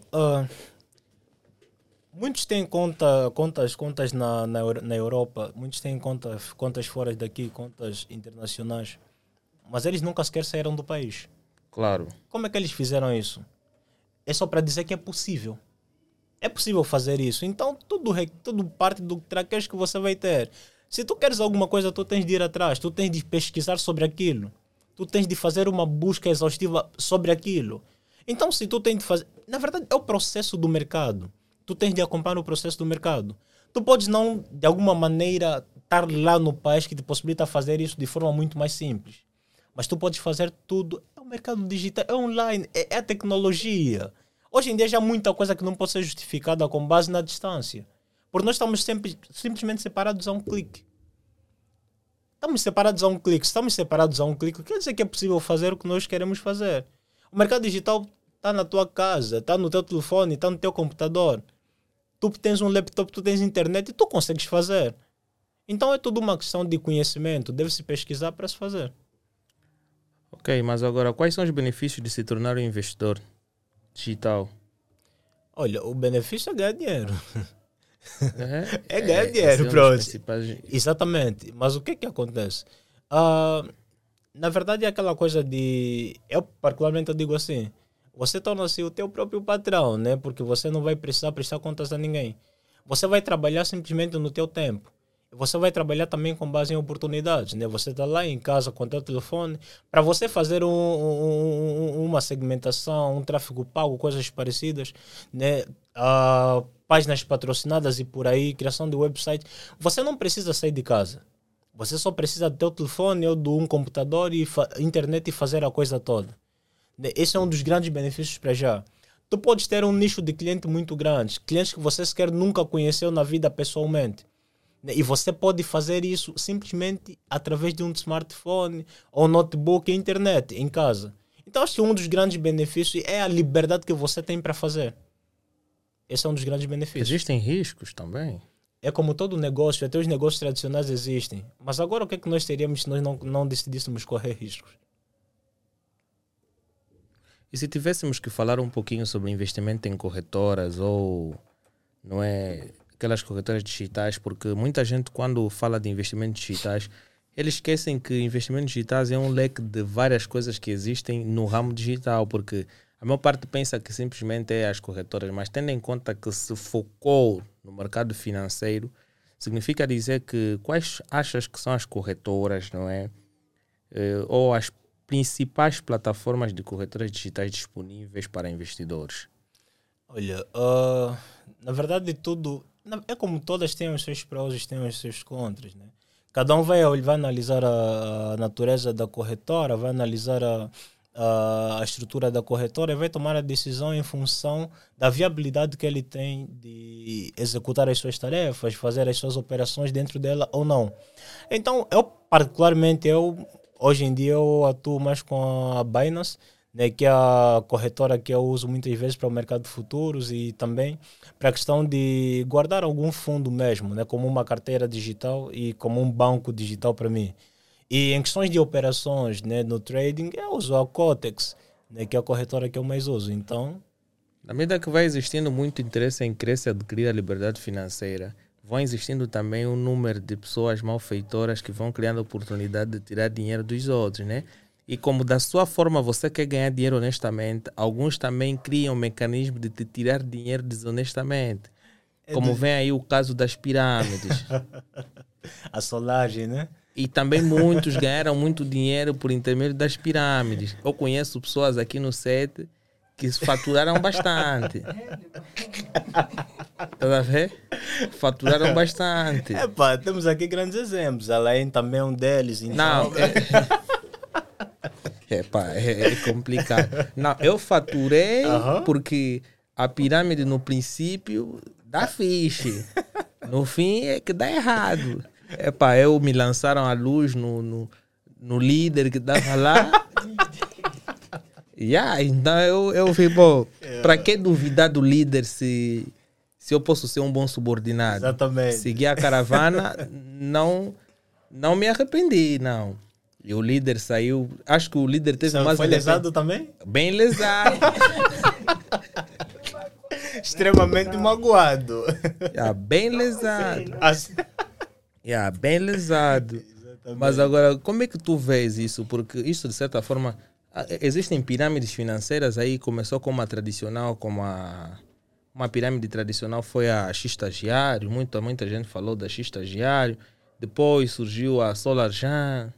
Muitos têm contas na Europa, muitos têm contas fora daqui, contas internacionais, mas eles nunca sequer saíram do país. Claro. Como é que eles fizeram isso? É só para dizer que é possível. É possível fazer isso. Então, tudo parte do traquejo que você vai ter. Se tu queres alguma coisa, tu tens de ir atrás, tu tens de pesquisar sobre aquilo, tu tens de fazer uma busca exaustiva sobre aquilo. Então, se tu tens de fazer... Na verdade, é o processo do mercado. Tu tens de acompanhar o processo do mercado. Tu podes não, de alguma maneira, estar lá no país que te possibilita fazer isso de forma muito mais simples. Mas tu podes fazer tudo. É o mercado digital, é online, é a tecnologia. Hoje em dia já há muita coisa que não pode ser justificada com base na distância. Porque nós estamos simplesmente separados a um clique. Estamos separados a um clique. Se estamos separados a um clique, quer dizer que é possível fazer o que nós queremos fazer. O mercado digital está na tua casa, está no teu telefone, está no teu computador. Tu tens um laptop, tu tens internet e tu consegues fazer. Então é tudo uma questão de conhecimento. Deve-se pesquisar para se fazer. Ok, mas agora, quais são os benefícios de se tornar um investidor digital? Olha, o benefício é ganhar dinheiro. É ganhar dinheiro, pronto. Exatamente. Mas o que acontece? Na verdade é aquela coisa de... Eu particularmente digo assim, você torna-se o teu próprio patrão, né? Porque você não vai precisar prestar contas a ninguém. Você vai trabalhar simplesmente no teu tempo. Você vai trabalhar também com base em oportunidades, né? Você está lá em casa com o teu telefone. Para você fazer uma segmentação, um tráfego pago, coisas parecidas, né? Páginas patrocinadas e por aí, criação de website. Você não precisa sair de casa. Você só precisa do teu telefone ou de um computador e internet e fazer a coisa toda. Esse é um dos grandes benefícios para já. Tu podes ter um nicho de cliente muito grande, clientes que você sequer nunca conheceu na vida pessoalmente. E você pode fazer isso simplesmente através de um smartphone ou notebook e internet em casa. Então acho que um dos grandes benefícios é a liberdade que você tem para fazer. Esse é um dos grandes benefícios. Existem riscos também? É como todo negócio, até os negócios tradicionais existem. Mas agora o que é que nós teríamos se nós não decidíssemos correr riscos? E se tivéssemos que falar um pouquinho sobre investimento em corretoras ou não é aquelas corretoras digitais, porque muita gente quando fala de investimentos digitais, eles esquecem que investimentos digitais é um leque de várias coisas que existem no ramo digital, porque a maior parte pensa que simplesmente é as corretoras, mas tendo em conta que se focou no mercado financeiro, significa dizer que quais achas que são as corretoras, não é? Ou as principais plataformas de corretoras digitais disponíveis para investidores? Olha, na verdade tudo, é como todas têm os seus prós e têm os seus contras, né? Cada um vai analisar a natureza da corretora, vai analisar a estrutura da corretora e vai tomar a decisão em função da viabilidade que ele tem de executar as suas tarefas, fazer as suas operações dentro dela ou não. Então, hoje em dia eu atuo mais com a Binance, né, que é a corretora que eu uso muitas vezes para o mercado de futuros e também para a questão de guardar algum fundo mesmo, né, como uma carteira digital e como um banco digital para mim. E em questões de operações, né, no trading, eu uso a Cotex, né, que é a corretora que eu mais uso. Então, na medida que vai existindo muito interesse em crescer e adquirir a liberdade financeira, vão existindo também um número de pessoas malfeitoras que vão criando a oportunidade de tirar dinheiro dos outros, né? E como da sua forma você quer ganhar dinheiro honestamente, alguns também criam um mecanismo de te tirar dinheiro desonestamente. Como vem aí o caso das pirâmides. A solagem, né? E também muitos ganharam muito dinheiro por intermédio das pirâmides. Eu conheço pessoas aqui no set que faturaram bastante. Tá a ver? Faturaram bastante. Epá, temos aqui grandes exemplos. Além também é um deles. Então... Não, é complicado. Não, eu faturei porque a pirâmide no princípio dá fixe. No fim é que dá errado. Eu me lançaram à luz no líder que estava lá. Então eu vi, para que duvidar do líder se eu posso ser um bom subordinado? Exatamente. Seguir a caravana, não me arrependi, não. E o líder saiu, acho que o líder teve mais... Foi lesado também? Bem lesado. Extremamente magoado. Bem lesado. Assim. Bem lesado. Exatamente. Mas agora, como é que tu vês isso? Porque isso, de certa forma, existem pirâmides financeiras aí, começou com uma tradicional, como uma pirâmide tradicional foi a X-Estagiário, muita gente falou da X-Estagiário, depois surgiu a SolarJan.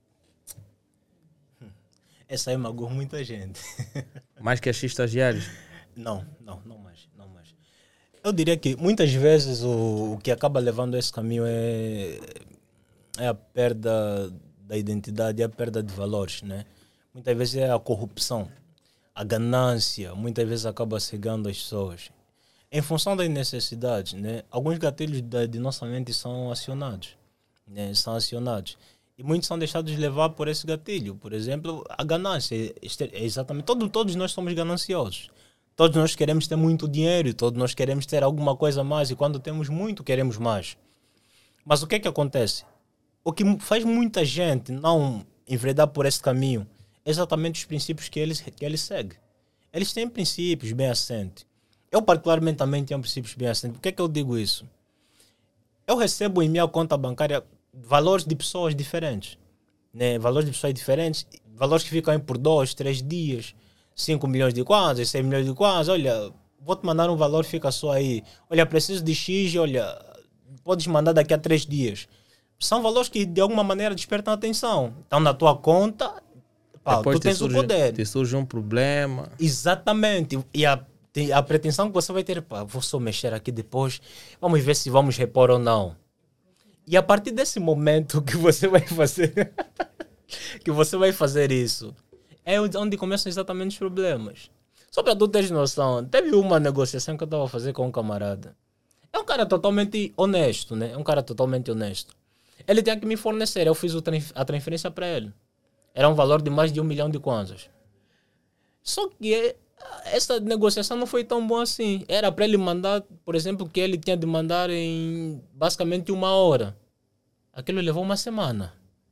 Essa aí magoou muita gente. Mais que a X-Estagiários? Não mais. Eu diria que muitas vezes o que acaba levando a esse caminho é a perda da identidade, é a perda de valores, né? Muitas vezes é a corrupção, a ganância, muitas vezes acaba cegando as pessoas. Em função das necessidades, né? Alguns gatilhos de nossa mente são acionados, né? E muitos são deixados levar por esse gatilho. Por exemplo, a ganância. É exatamente. Todos nós somos gananciosos. Todos nós queremos ter muito dinheiro. Todos nós queremos ter alguma coisa a mais. E quando temos muito, queremos mais. Mas o que é que acontece? O que faz muita gente não enveredar por esse caminho é exatamente os princípios que eles seguem. Eles têm princípios bem assentes. Eu, particularmente, também tenho princípios bem assentes. Por que é que eu digo isso? Eu recebo em minha conta bancária valores de pessoas diferentes, né? Valores de pessoas diferentes, valores que ficam aí por 2, 3 dias, 5 milhões de kwanzas, 6 milhões de kwanzas, olha, vou-te mandar um valor, fica só aí. Olha, preciso de X, olha, podes mandar daqui a 3 dias. São valores que de alguma maneira despertam atenção. Estão na tua conta, pá, tu tens o poder. Te surge um problema. Exatamente. E a pretensão que você vai ter, pá, vou só mexer aqui depois, vamos ver se vamos repor ou não. E a partir desse momento que você vai fazer, que você vai fazer isso, é onde começam exatamente os problemas. Só para tu teres noção, teve uma negociação que eu estava a fazer com um camarada. É um cara totalmente honesto, né? É um cara totalmente honesto. Ele tinha que me fornecer, eu fiz a transferência para ele. Era um valor de mais de 1 milhão de kwanzas. Só que essa negociação não foi tão boa assim. Era para ele mandar, por exemplo, que ele tinha de mandar em basicamente 1 hora. Aquilo levou 1 semana.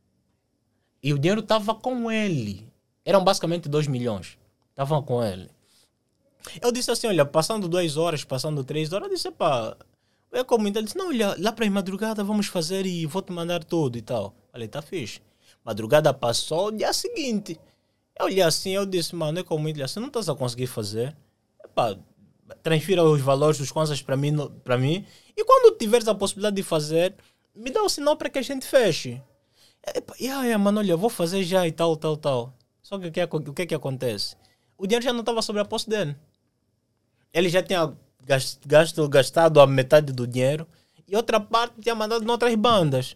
E o dinheiro estava com ele. Eram basicamente 2 milhões. Estavam com ele. Eu disse assim, olha, passando 2 horas, passando 3 horas, eu disse, pá, eu comentei, ele disse, não, olha, lá para a madrugada vamos fazer e vou te mandar tudo e tal. Falei, tá fixe. Madrugada passou, dia seguinte. Eu olhei assim, eu disse, mano, eu comentei assim, não estás a conseguir fazer? Epá, transfira os valores dos kwanzas para mim, e quando tiveres a possibilidade de fazer, me dá o sinal para que a gente feche. Mano, olha, vou fazer já e tal. Só que o que acontece? O dinheiro já não estava sobre a posse dele. Ele já tinha gastado a metade do dinheiro e outra parte tinha mandado em outras bandas.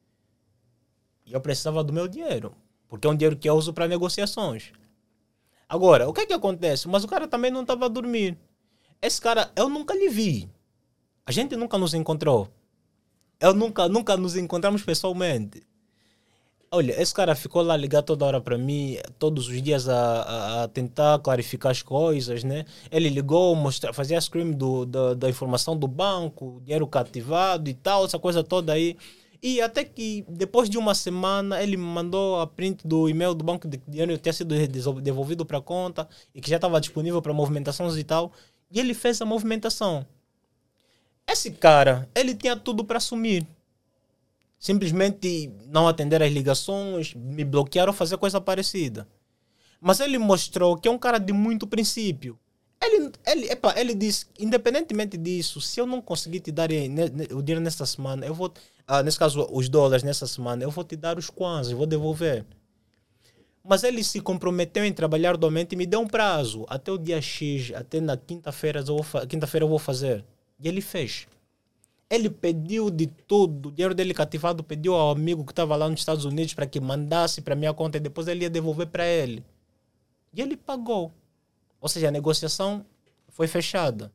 E eu precisava do meu dinheiro, porque é um dinheiro que eu uso para negociações. Agora, o que acontece? Mas o cara também não estava a dormir. Esse cara, eu nunca lhe vi. A gente nunca nos encontrou. Nunca nos encontramos pessoalmente. Olha, esse cara ficou lá ligado toda hora para mim, todos os dias a tentar clarificar as coisas, né? Ele ligou, fazia screen da informação do banco, dinheiro cativado e tal, essa coisa toda aí. E até que depois de 1 semana ele me mandou a print do e-mail do banco de que o dinheiro tinha sido devolvido para a conta e que já estava disponível para movimentações e tal. E ele fez a movimentação. Esse cara, ele tinha tudo para sumir. Simplesmente não atender as ligações, me bloquear ou fazer coisa parecida. Mas ele mostrou que é um cara de muito princípio. Ele disse, independentemente disso, se eu não conseguir te dar o dinheiro nesta semana, eu vou, nesse caso os dólares nessa semana, eu vou te dar os kwanzas, vou devolver. Mas ele se comprometeu em trabalhar arduamente e me deu um prazo, até o dia X, até na quinta-feira eu vou fazer. E ele fez. Ele pediu de tudo, o dinheiro dele cativado, pediu ao amigo que estava lá nos Estados Unidos para que mandasse para minha conta e depois ele ia devolver para ele. E ele pagou. Ou seja, a negociação foi fechada.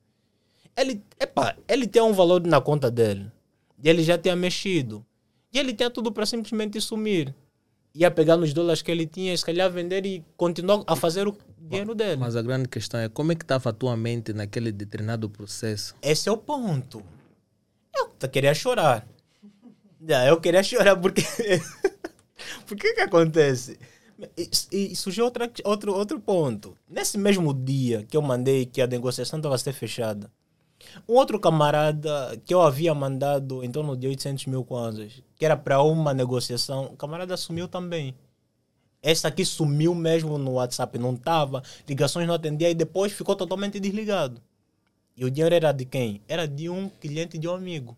Ele tinha um valor na conta dele. E ele já tinha mexido. E ele tinha tudo para simplesmente sumir. Ia pegar nos dólares que ele tinha, se calhar vender e continuar a fazer o dinheiro dele. Mas a grande questão é como é que estava a tua mente naquele determinado processo? Esse é o ponto. Eu queria chorar. Eu queria chorar porque... Porque que acontece? E surgiu outro ponto. Nesse mesmo dia que eu mandei que a negociação estava a ser fechada, um outro camarada que eu havia mandado em torno de 800 mil kwanzas, que era para uma negociação, o camarada sumiu também. Esse aqui sumiu mesmo no WhatsApp, não estava, ligações não atendia e depois ficou totalmente desligado. E o dinheiro era de quem? Era de um cliente de um amigo.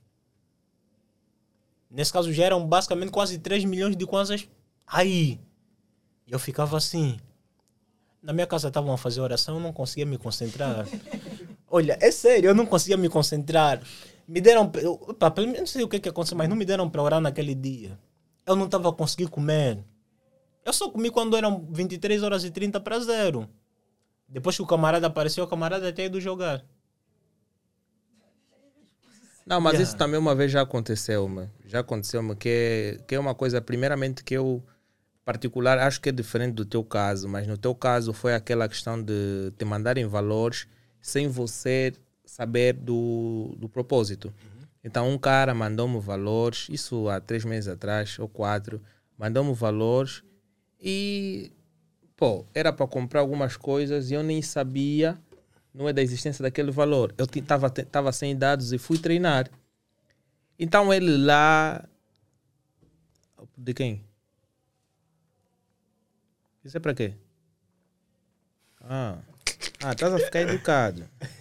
Nesse caso já eram basicamente quase 3 milhões de kwanzas aí. E eu ficava assim. Na minha casa estavam a fazer oração, eu não conseguia me concentrar. Olha, é sério, eu não conseguia me concentrar. Me deram... Eu não sei o que aconteceu, mas não me deram para orar naquele dia. Eu não estava a conseguir comer. Eu só comi quando eram 23 horas e 30 para 0. Depois que o camarada apareceu, o camarada tinha ido jogar. Não, mas isso também uma vez já aconteceu-me. Que é uma coisa, primeiramente, que eu, particular, acho que é diferente do teu caso. Mas no teu caso foi aquela questão de te mandarem valores sem você saber do propósito. Uhum. Então, um cara mandou-me valores, isso há 3 meses atrás, ou 4, mandou-me valores e, era para comprar algumas coisas e eu nem sabia... Não é da existência daquele valor. Eu estava sem dados e fui treinar. Então ele lá... De quem? Isso é para quê? Estás a ficar educado.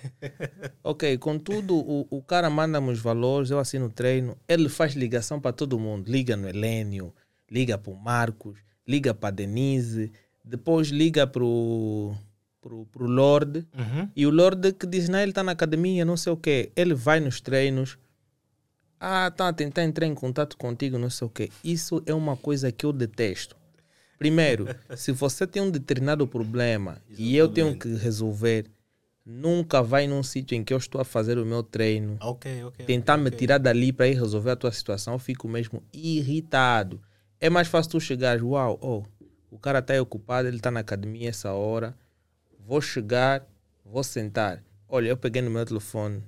Ok, contudo, o cara manda-me os valores, eu assino o treino, ele faz ligação para todo mundo. Liga no Helênio, liga para o Marcos, liga para a Denise, depois liga para o Lorde. E o Lorde que diz, não, ele está na academia, não sei o quê. Ele vai nos treinos. Tá a tentar entrar em contato contigo, não sei o quê. Isso é uma coisa que eu detesto. Primeiro, se você tem um determinado problema e eu tenho que resolver, nunca vai num sítio em que eu estou a fazer o meu treino, tentar me tirar dali para ir resolver a tua situação, eu fico mesmo irritado. É mais fácil tu chegares, o cara está ocupado, ele está na academia essa hora, vou chegar, vou sentar. Olha, eu peguei no meu telefone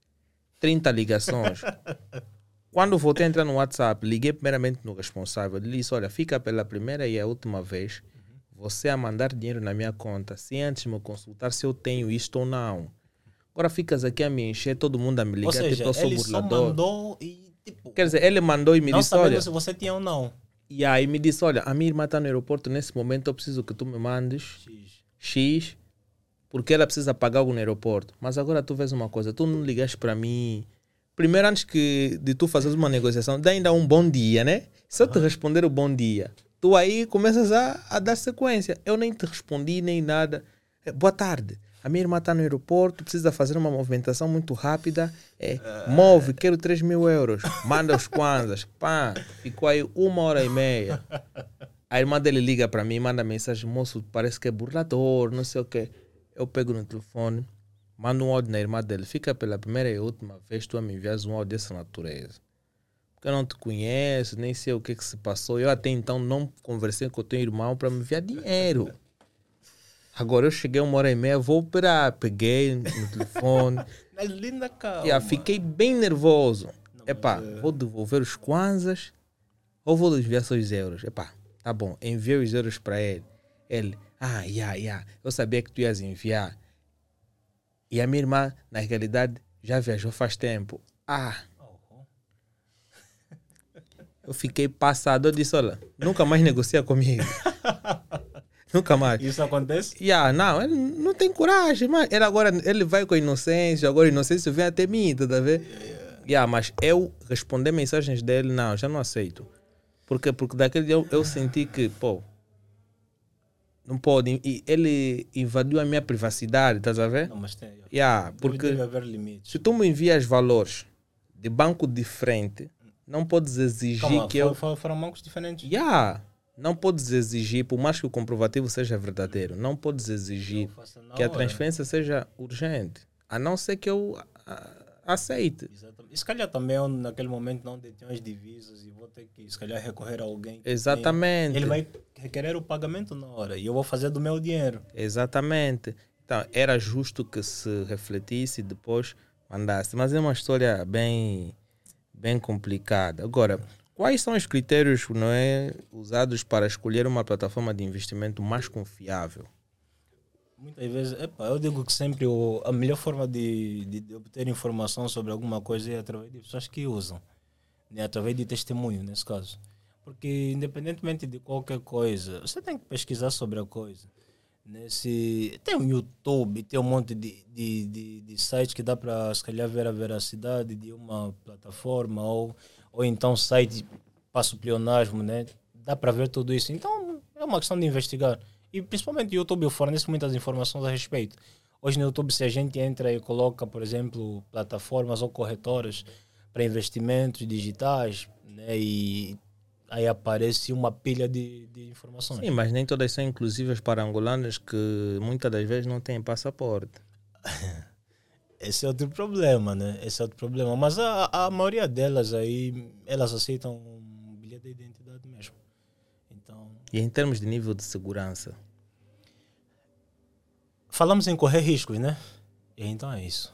30 ligações. Quando voltei a entrar no WhatsApp, liguei primeiramente no responsável. Ele disse, olha, fica pela primeira e a última vez você a mandar dinheiro na minha conta, sem antes me consultar se eu tenho isto ou não. Agora ficas aqui a me encher, todo mundo a me ligar, ou seja, tipo, eu sou ele burlador. Só mandou e, tipo, quer dizer, ele mandou e me não disse, sabendo olha... se você tinha ou não. E aí me disse, olha, a minha irmã está no aeroporto nesse momento, eu preciso que tu me mandes X, porque ela precisa pagar algo no aeroporto. Mas agora tu vês uma coisa, tu não ligaste para mim... Primeiro, antes de tu fazeres uma negociação, dá ainda um bom dia, né? Se eu te responder o bom dia, tu aí começas a dar sequência. Eu nem te respondi, nem nada. Boa tarde. A minha irmã está no aeroporto, precisa fazer uma movimentação muito rápida. Move, quero 3.000 euros. Manda os kwanzas. Pá, ficou aí 1h30. A irmã dele liga para mim, manda mensagem, moço, parece que é burlador, não sei o quê. Eu pego no telefone, mando um áudio na irmã dele. Fica pela primeira e última vez tu a me envias um áudio dessa natureza. Porque eu não te conheço, nem sei o que se passou. Eu até então não conversei com o teu irmão para me enviar dinheiro. Agora eu cheguei 1h30, vou operar. Peguei no telefone. Mas linda calma. Fiquei bem nervoso. Vou devolver os kwanzas ou vou enviar só os euros? Tá bom. Enviei os euros para ele. Ele, eu sabia que tu ias enviar. E a minha irmã, na realidade, já viajou faz tempo. Eu fiquei passado. Eu disse, olha, nunca mais negocia comigo. Nunca mais. Isso acontece? Não, ele não tem coragem. Mas ele vai com a inocência. Agora a inocência vem até mim, tá vendo? Mas eu responder mensagens dele, não, já não aceito. Porque daquele dia eu senti que, não pode. E ele invadiu a minha privacidade, tá a ver? Não, mas tem. Porque deve haver limites. se tu me envias valores de banco diferente, não podes exigir que eu... Foram bancos diferentes. Não podes exigir, por mais que o comprovativo seja verdadeiro, não podes exigir que a transferência seja urgente. A não ser que eu aceite. Exatamente. E se calhar também eu, naquele momento, não detenho as divisas e vou ter que, se calhar, recorrer a alguém. Exatamente. Ele vai requerer o pagamento na hora e eu vou fazer do meu dinheiro. Exatamente. Então, era justo que se refletisse e depois mandasse. Mas é uma história bem complicada. Agora, quais são os critérios, usados para escolher uma plataforma de investimento mais confiável? Muitas vezes, eu digo que sempre a melhor forma de obter informação sobre alguma coisa é através de pessoas que usam, né? Através de testemunho, nesse caso. Porque, independentemente de qualquer coisa, você tem que pesquisar sobre a coisa. Tem o YouTube, tem um monte de sites que dá para, se calhar, ver a veracidade de uma plataforma ou então site para supleonagem, né? Dá para ver tudo isso. Então, é uma questão de investigar. E principalmente o YouTube fornece muitas informações a respeito. Hoje no YouTube, se a gente entra e coloca, por exemplo, plataformas ou corretoras para investimentos digitais, né? E aí aparece uma pilha de informações. Sim, mas nem todas são inclusivas para angolanos que muitas das vezes não têm passaporte. Esse é outro problema, né? Mas a maioria delas aí, elas aceitam um bilhete de identidade mesmo. Então... E em termos de nível de segurança? Falamos em correr riscos, né? E então é isso.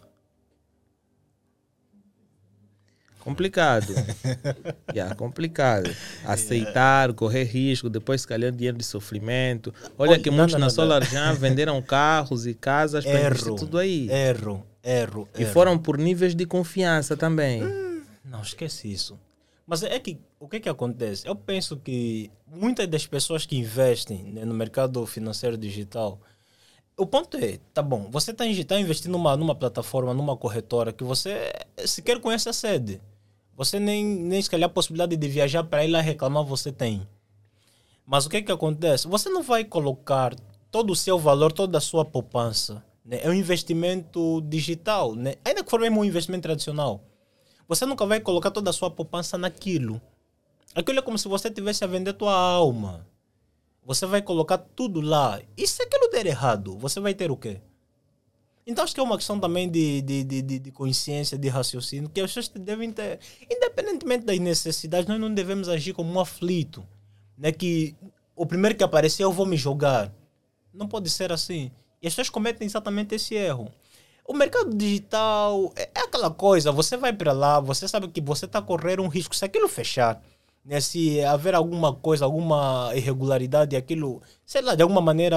Complicado. Complicado. Aceitar, correr risco, depois se calhar dinheiro de sofrimento. Olha que muitos na Solarjam venderam carros e casas para investir tudo aí. Erro. E foram por níveis de confiança também. Não, esquece isso. Mas é que, o que acontece? Eu penso que muitas das pessoas que investem, né, no mercado financeiro digital, O ponto é, tá bom, você está investindo numa plataforma, numa corretora que você sequer conhece a sede. Você nem se calhar a possibilidade de viajar para ir lá reclamar você tem. Mas o que acontece? Você não vai colocar todo o seu valor, toda a sua poupança. Né? É um investimento digital. Né? Ainda que for mesmo um investimento tradicional. Você nunca vai colocar toda a sua poupança naquilo. Aquilo é como se você estivesse a vender tua alma. Você vai colocar tudo lá. E se aquilo der errado, você vai ter o quê? Então acho que é uma questão também de consciência, de raciocínio, que as pessoas devem ter. Independentemente das necessidades, nós não devemos agir como um aflito. Né? Que o primeiro que aparecer eu vou me jogar. Não pode ser assim. E as pessoas cometem exatamente esse erro. O mercado digital é aquela coisa, você vai para lá, você sabe que você está a correr um risco. Se aquilo fechar, né, se haver alguma coisa, alguma irregularidade, aquilo, sei lá, de alguma maneira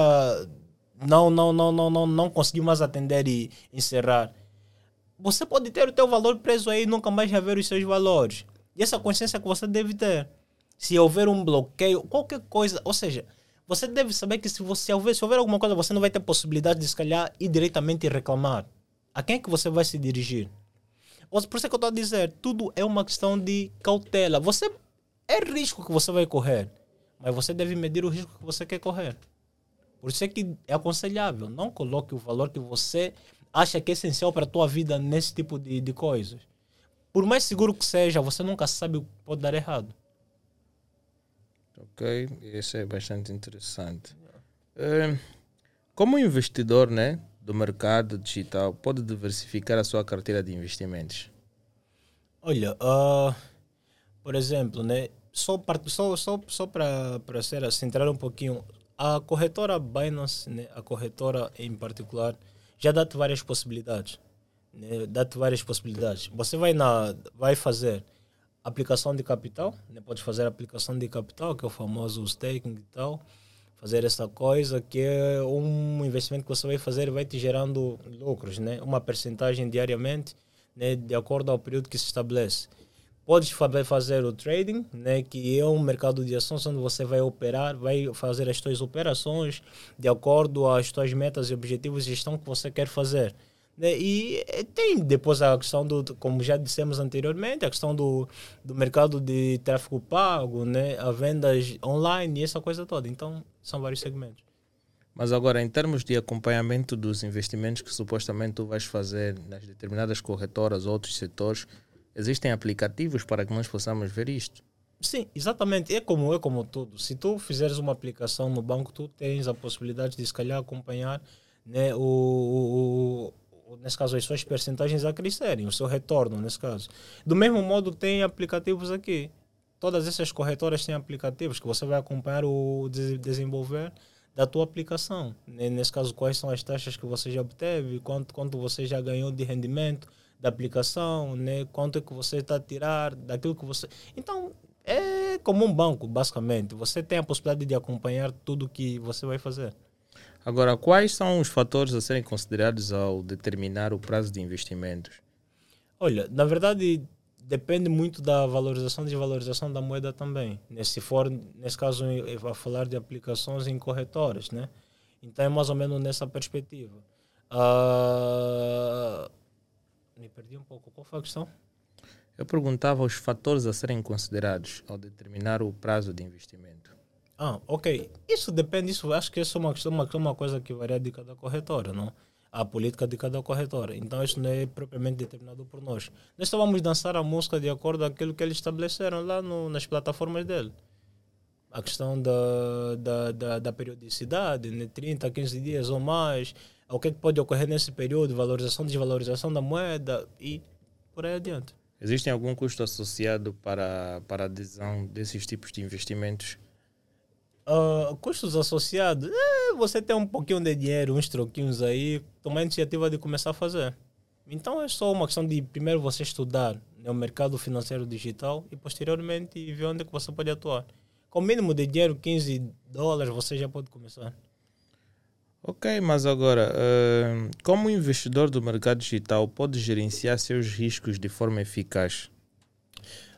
não conseguir mais atender e encerrar, você pode ter o teu valor preso aí e nunca mais rever os seus valores. E essa consciência que você deve ter. Se houver um bloqueio, qualquer coisa, ou seja, você deve saber que se houver alguma coisa, você não vai ter possibilidade de, se calhar, ir diretamente e reclamar. A quem é que você vai se dirigir? Por isso é que eu estou a dizer, tudo é uma questão de cautela. É risco que você vai correr, mas você deve medir o risco que você quer correr. Por isso é que é aconselhável, não coloque o valor que você acha que é essencial para a tua vida nesse tipo de coisas. Por mais seguro que seja, você nunca sabe o que pode dar errado. Ok, isso é bastante interessante. Como investidor, né, do mercado digital, pode diversificar a sua carteira de investimentos? Olha, por exemplo, né, só para ser centrar um pouquinho, a corretora Binance, né, a corretora em particular, já dá-te várias possibilidades. Né, dá-te várias possibilidades. Você vai fazer aplicação de capital, né? Podes fazer aplicação de capital, que é o famoso staking e tal, fazer essa coisa que é um investimento que você vai fazer e vai te gerando lucros, né? Uma percentagem diariamente, né? De acordo ao período que se estabelece. Podes fazer o trading, né? Que é um mercado de ações onde você vai operar, vai fazer as suas operações de acordo às suas metas e objetivos de gestão que você quer fazer. E tem depois a questão como já dissemos anteriormente, a questão do mercado de tráfego pago, né? A vendas online e essa coisa toda. Então, são vários segmentos. Mas agora, em termos de acompanhamento dos investimentos que supostamente tu vais fazer nas determinadas corretoras ou outros setores, existem aplicativos para que nós possamos ver isto? Sim, exatamente. É como tudo. Se tu fizeres uma aplicação no banco, tu tens a possibilidade de, se calhar, acompanhar, né, nesse caso, as suas percentagens a crescerem, o seu retorno, nesse caso. Do mesmo modo, tem aplicativos aqui. Todas essas corretoras têm aplicativos que você vai acompanhar o desenvolver da tua aplicação. Nesse caso, quais são as taxas que você já obteve, quanto você já ganhou de rendimento da aplicação, né? Quanto é que você está a tirar daquilo que você... Então, é como um banco, basicamente. Você tem a possibilidade de acompanhar tudo que você vai fazer. Agora, quais são os fatores a serem considerados ao determinar o prazo de investimentos? Olha, na verdade, depende muito da valorização e desvalorização da moeda também. Se for, nesse caso, a falar de aplicações em corretoras, né? Então, é mais ou menos nessa perspectiva. Me perdi um pouco. Qual foi a questão? Eu perguntava os fatores a serem considerados ao determinar o prazo de investimento. Ok. Isso depende, acho que isso é uma coisa que varia de cada corretora, não? A política de cada corretora. Então, isso não é propriamente determinado por nós. Nós só vamos dançar a música de acordo com aquilo que eles estabeleceram lá nas plataformas dele. A questão da periodicidade, né? 30, 15 dias ou mais. O que pode ocorrer nesse período, valorização, desvalorização da moeda e por aí adiante. Existe algum custo associado para a adesão desses tipos de investimentos? Custos associados, você tem um pouquinho de dinheiro, uns troquinhos aí, toma a iniciativa de começar a fazer. Então é só uma questão de primeiro você estudar, né, o mercado financeiro digital e posteriormente ver onde é que você pode atuar. Com o mínimo de dinheiro, $15, você já pode começar. Ok, mas agora, como investidor do mercado digital pode gerenciar seus riscos de forma eficaz?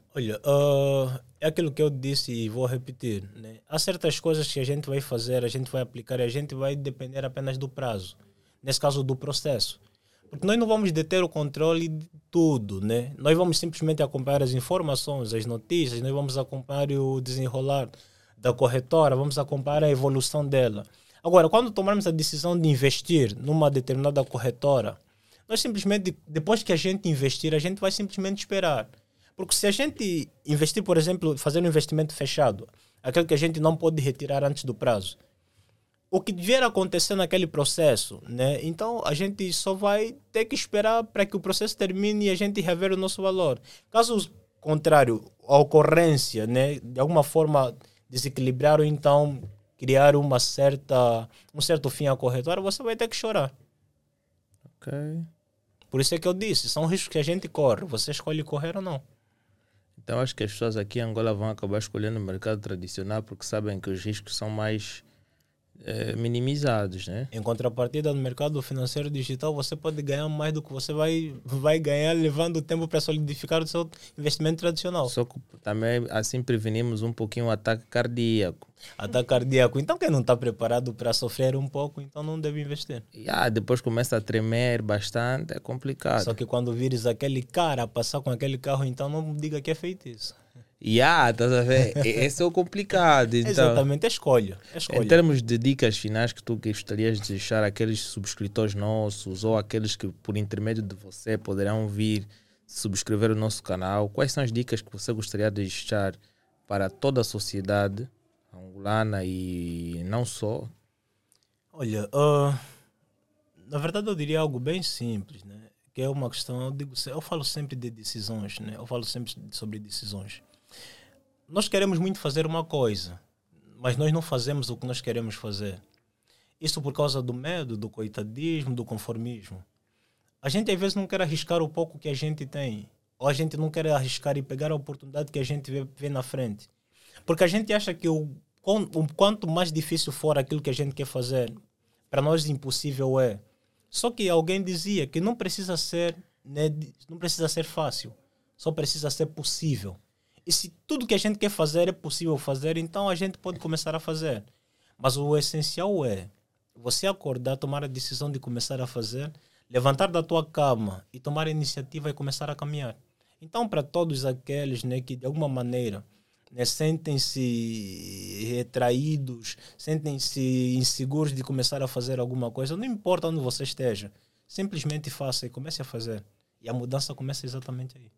Olha, é aquilo que eu disse e vou repetir, né? Há certas coisas que a gente vai fazer, a gente vai aplicar e a gente vai depender apenas do prazo. Nesse caso, do processo. Porque nós não vamos deter o controle de tudo, né? Nós vamos simplesmente acompanhar as informações, as notícias, nós vamos acompanhar o desenrolar da corretora, vamos acompanhar a evolução dela. Agora, quando tomarmos a decisão de investir numa determinada corretora, nós simplesmente, depois que a gente investir, a gente vai simplesmente esperar. Porque se a gente investir, por exemplo, fazer um investimento fechado, aquele que a gente não pode retirar antes do prazo, o que vier a acontecer naquele processo, né? Então a gente só vai ter que esperar para que o processo termine e a gente rever o nosso valor. Caso contrário, a ocorrência, né, de alguma forma desequilibrar ou então criar um certo fim à corretora, você vai ter que chorar. Ok. Por isso é que eu disse, são riscos que a gente corre. Você escolhe correr ou não. Então acho que as pessoas aqui em Angola vão acabar escolhendo o mercado tradicional porque sabem que os riscos são mais minimizados, né? Em contrapartida, no mercado financeiro digital, você pode ganhar mais do que você vai ganhar levando tempo para solidificar o seu investimento tradicional. Só que também assim prevenimos um pouquinho o ataque cardíaco. Ataque cardíaco. Então, quem não está preparado para sofrer um pouco, então não deve investir. E depois começa a tremer bastante, é complicado. Só que quando vires aquele cara passar com aquele carro, então não diga que é feitiço. Estás a ver? Esse é o complicado. Então, exatamente, é escolha. Em termos de dicas finais que tu gostarias de deixar aqueles subscritores nossos ou aqueles que por intermédio de você poderão vir subscrever o nosso canal, quais são as dicas que você gostaria de deixar para toda a sociedade angolana e não só? Olha, na verdade eu diria algo bem simples, né? Que é uma questão, eu falo sempre de decisões, né? Eu falo sempre sobre decisões. Nós queremos muito fazer uma coisa, mas nós não fazemos o que nós queremos fazer. Isso por causa do medo, do coitadismo, do conformismo. A gente às vezes não quer arriscar o pouco que a gente tem. Ou a gente não quer arriscar e pegar a oportunidade que a gente vê na frente. Porque a gente acha que o quanto mais difícil for aquilo que a gente quer fazer, para nós impossível é. Só que alguém dizia que não precisa ser, né, não precisa ser fácil. Só precisa ser possível. E se tudo que a gente quer fazer é possível fazer, então a gente pode começar a fazer. Mas o essencial é você acordar, tomar a decisão de começar a fazer, levantar da tua cama e tomar a iniciativa e começar a caminhar. Então, para todos aqueles, né, que de alguma maneira, né, sentem-se retraídos, sentem-se inseguros de começar a fazer alguma coisa, não importa onde você esteja, simplesmente faça e comece a fazer. E a mudança começa exatamente aí.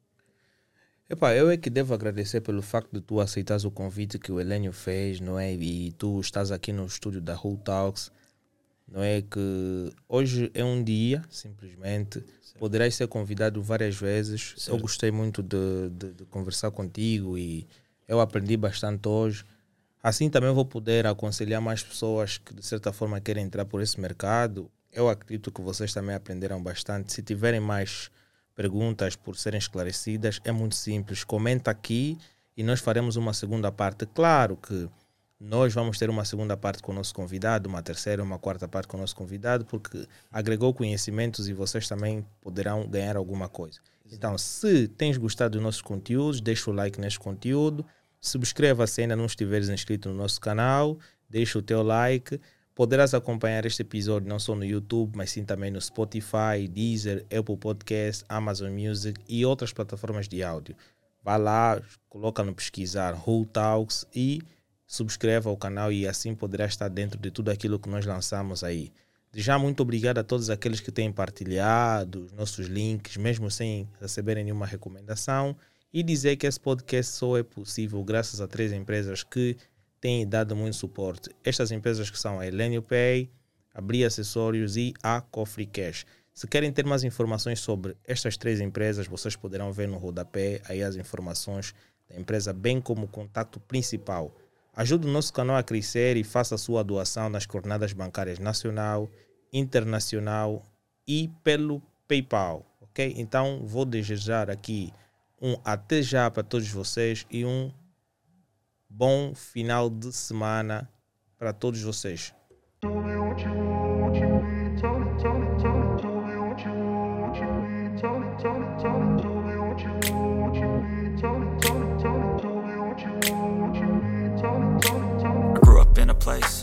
Eu é que devo agradecer pelo facto de tu aceitares o convite que o Helênio fez, não é? E tu estás aqui no estúdio da Who Talks, não é? Que hoje é um dia, simplesmente. Certo. Poderás ser convidado várias vezes. Certo. Eu gostei muito de conversar contigo e eu aprendi bastante hoje. Assim também vou poder aconselhar mais pessoas que de certa forma querem entrar por esse mercado. Eu acredito que vocês também aprenderam bastante. Se tiverem mais perguntas por serem esclarecidas, é muito simples. Comenta aqui e nós faremos uma segunda parte. Claro que nós vamos ter uma segunda parte com o nosso convidado, uma terceira, uma quarta parte com o nosso convidado, porque agregou conhecimentos e vocês também poderão ganhar alguma coisa. Então, se tens gostado dos nossos conteúdos, deixa o like neste conteúdo, subscreva se ainda não estiveres inscrito no nosso canal, deixa o teu like. Poderás acompanhar este episódio não só no YouTube, mas sim também no Spotify, Deezer, Apple Podcasts, Amazon Music e outras plataformas de áudio. Vá lá, coloca no pesquisar Who Talks e subscreva o canal e assim poderá estar dentro de tudo aquilo que nós lançamos aí. Já muito obrigado a todos aqueles que têm partilhado os nossos links, mesmo sem receberem nenhuma recomendação, e dizer que esse podcast só é possível graças a 3 empresas que têm dado muito suporte. Estas empresas que são a Helênio Pay, a Bri Acessórios e a Cofre Cash. Se querem ter mais informações sobre estas 3 empresas, vocês poderão ver no rodapé aí as informações da empresa, bem como o contato principal. Ajude o nosso canal a crescer e faça a sua doação nas coordenadas bancárias nacional, internacional e pelo PayPal, ok? Então vou desejar aqui um até já para todos vocês e um bom final de semana para todos vocês. I grew up in a place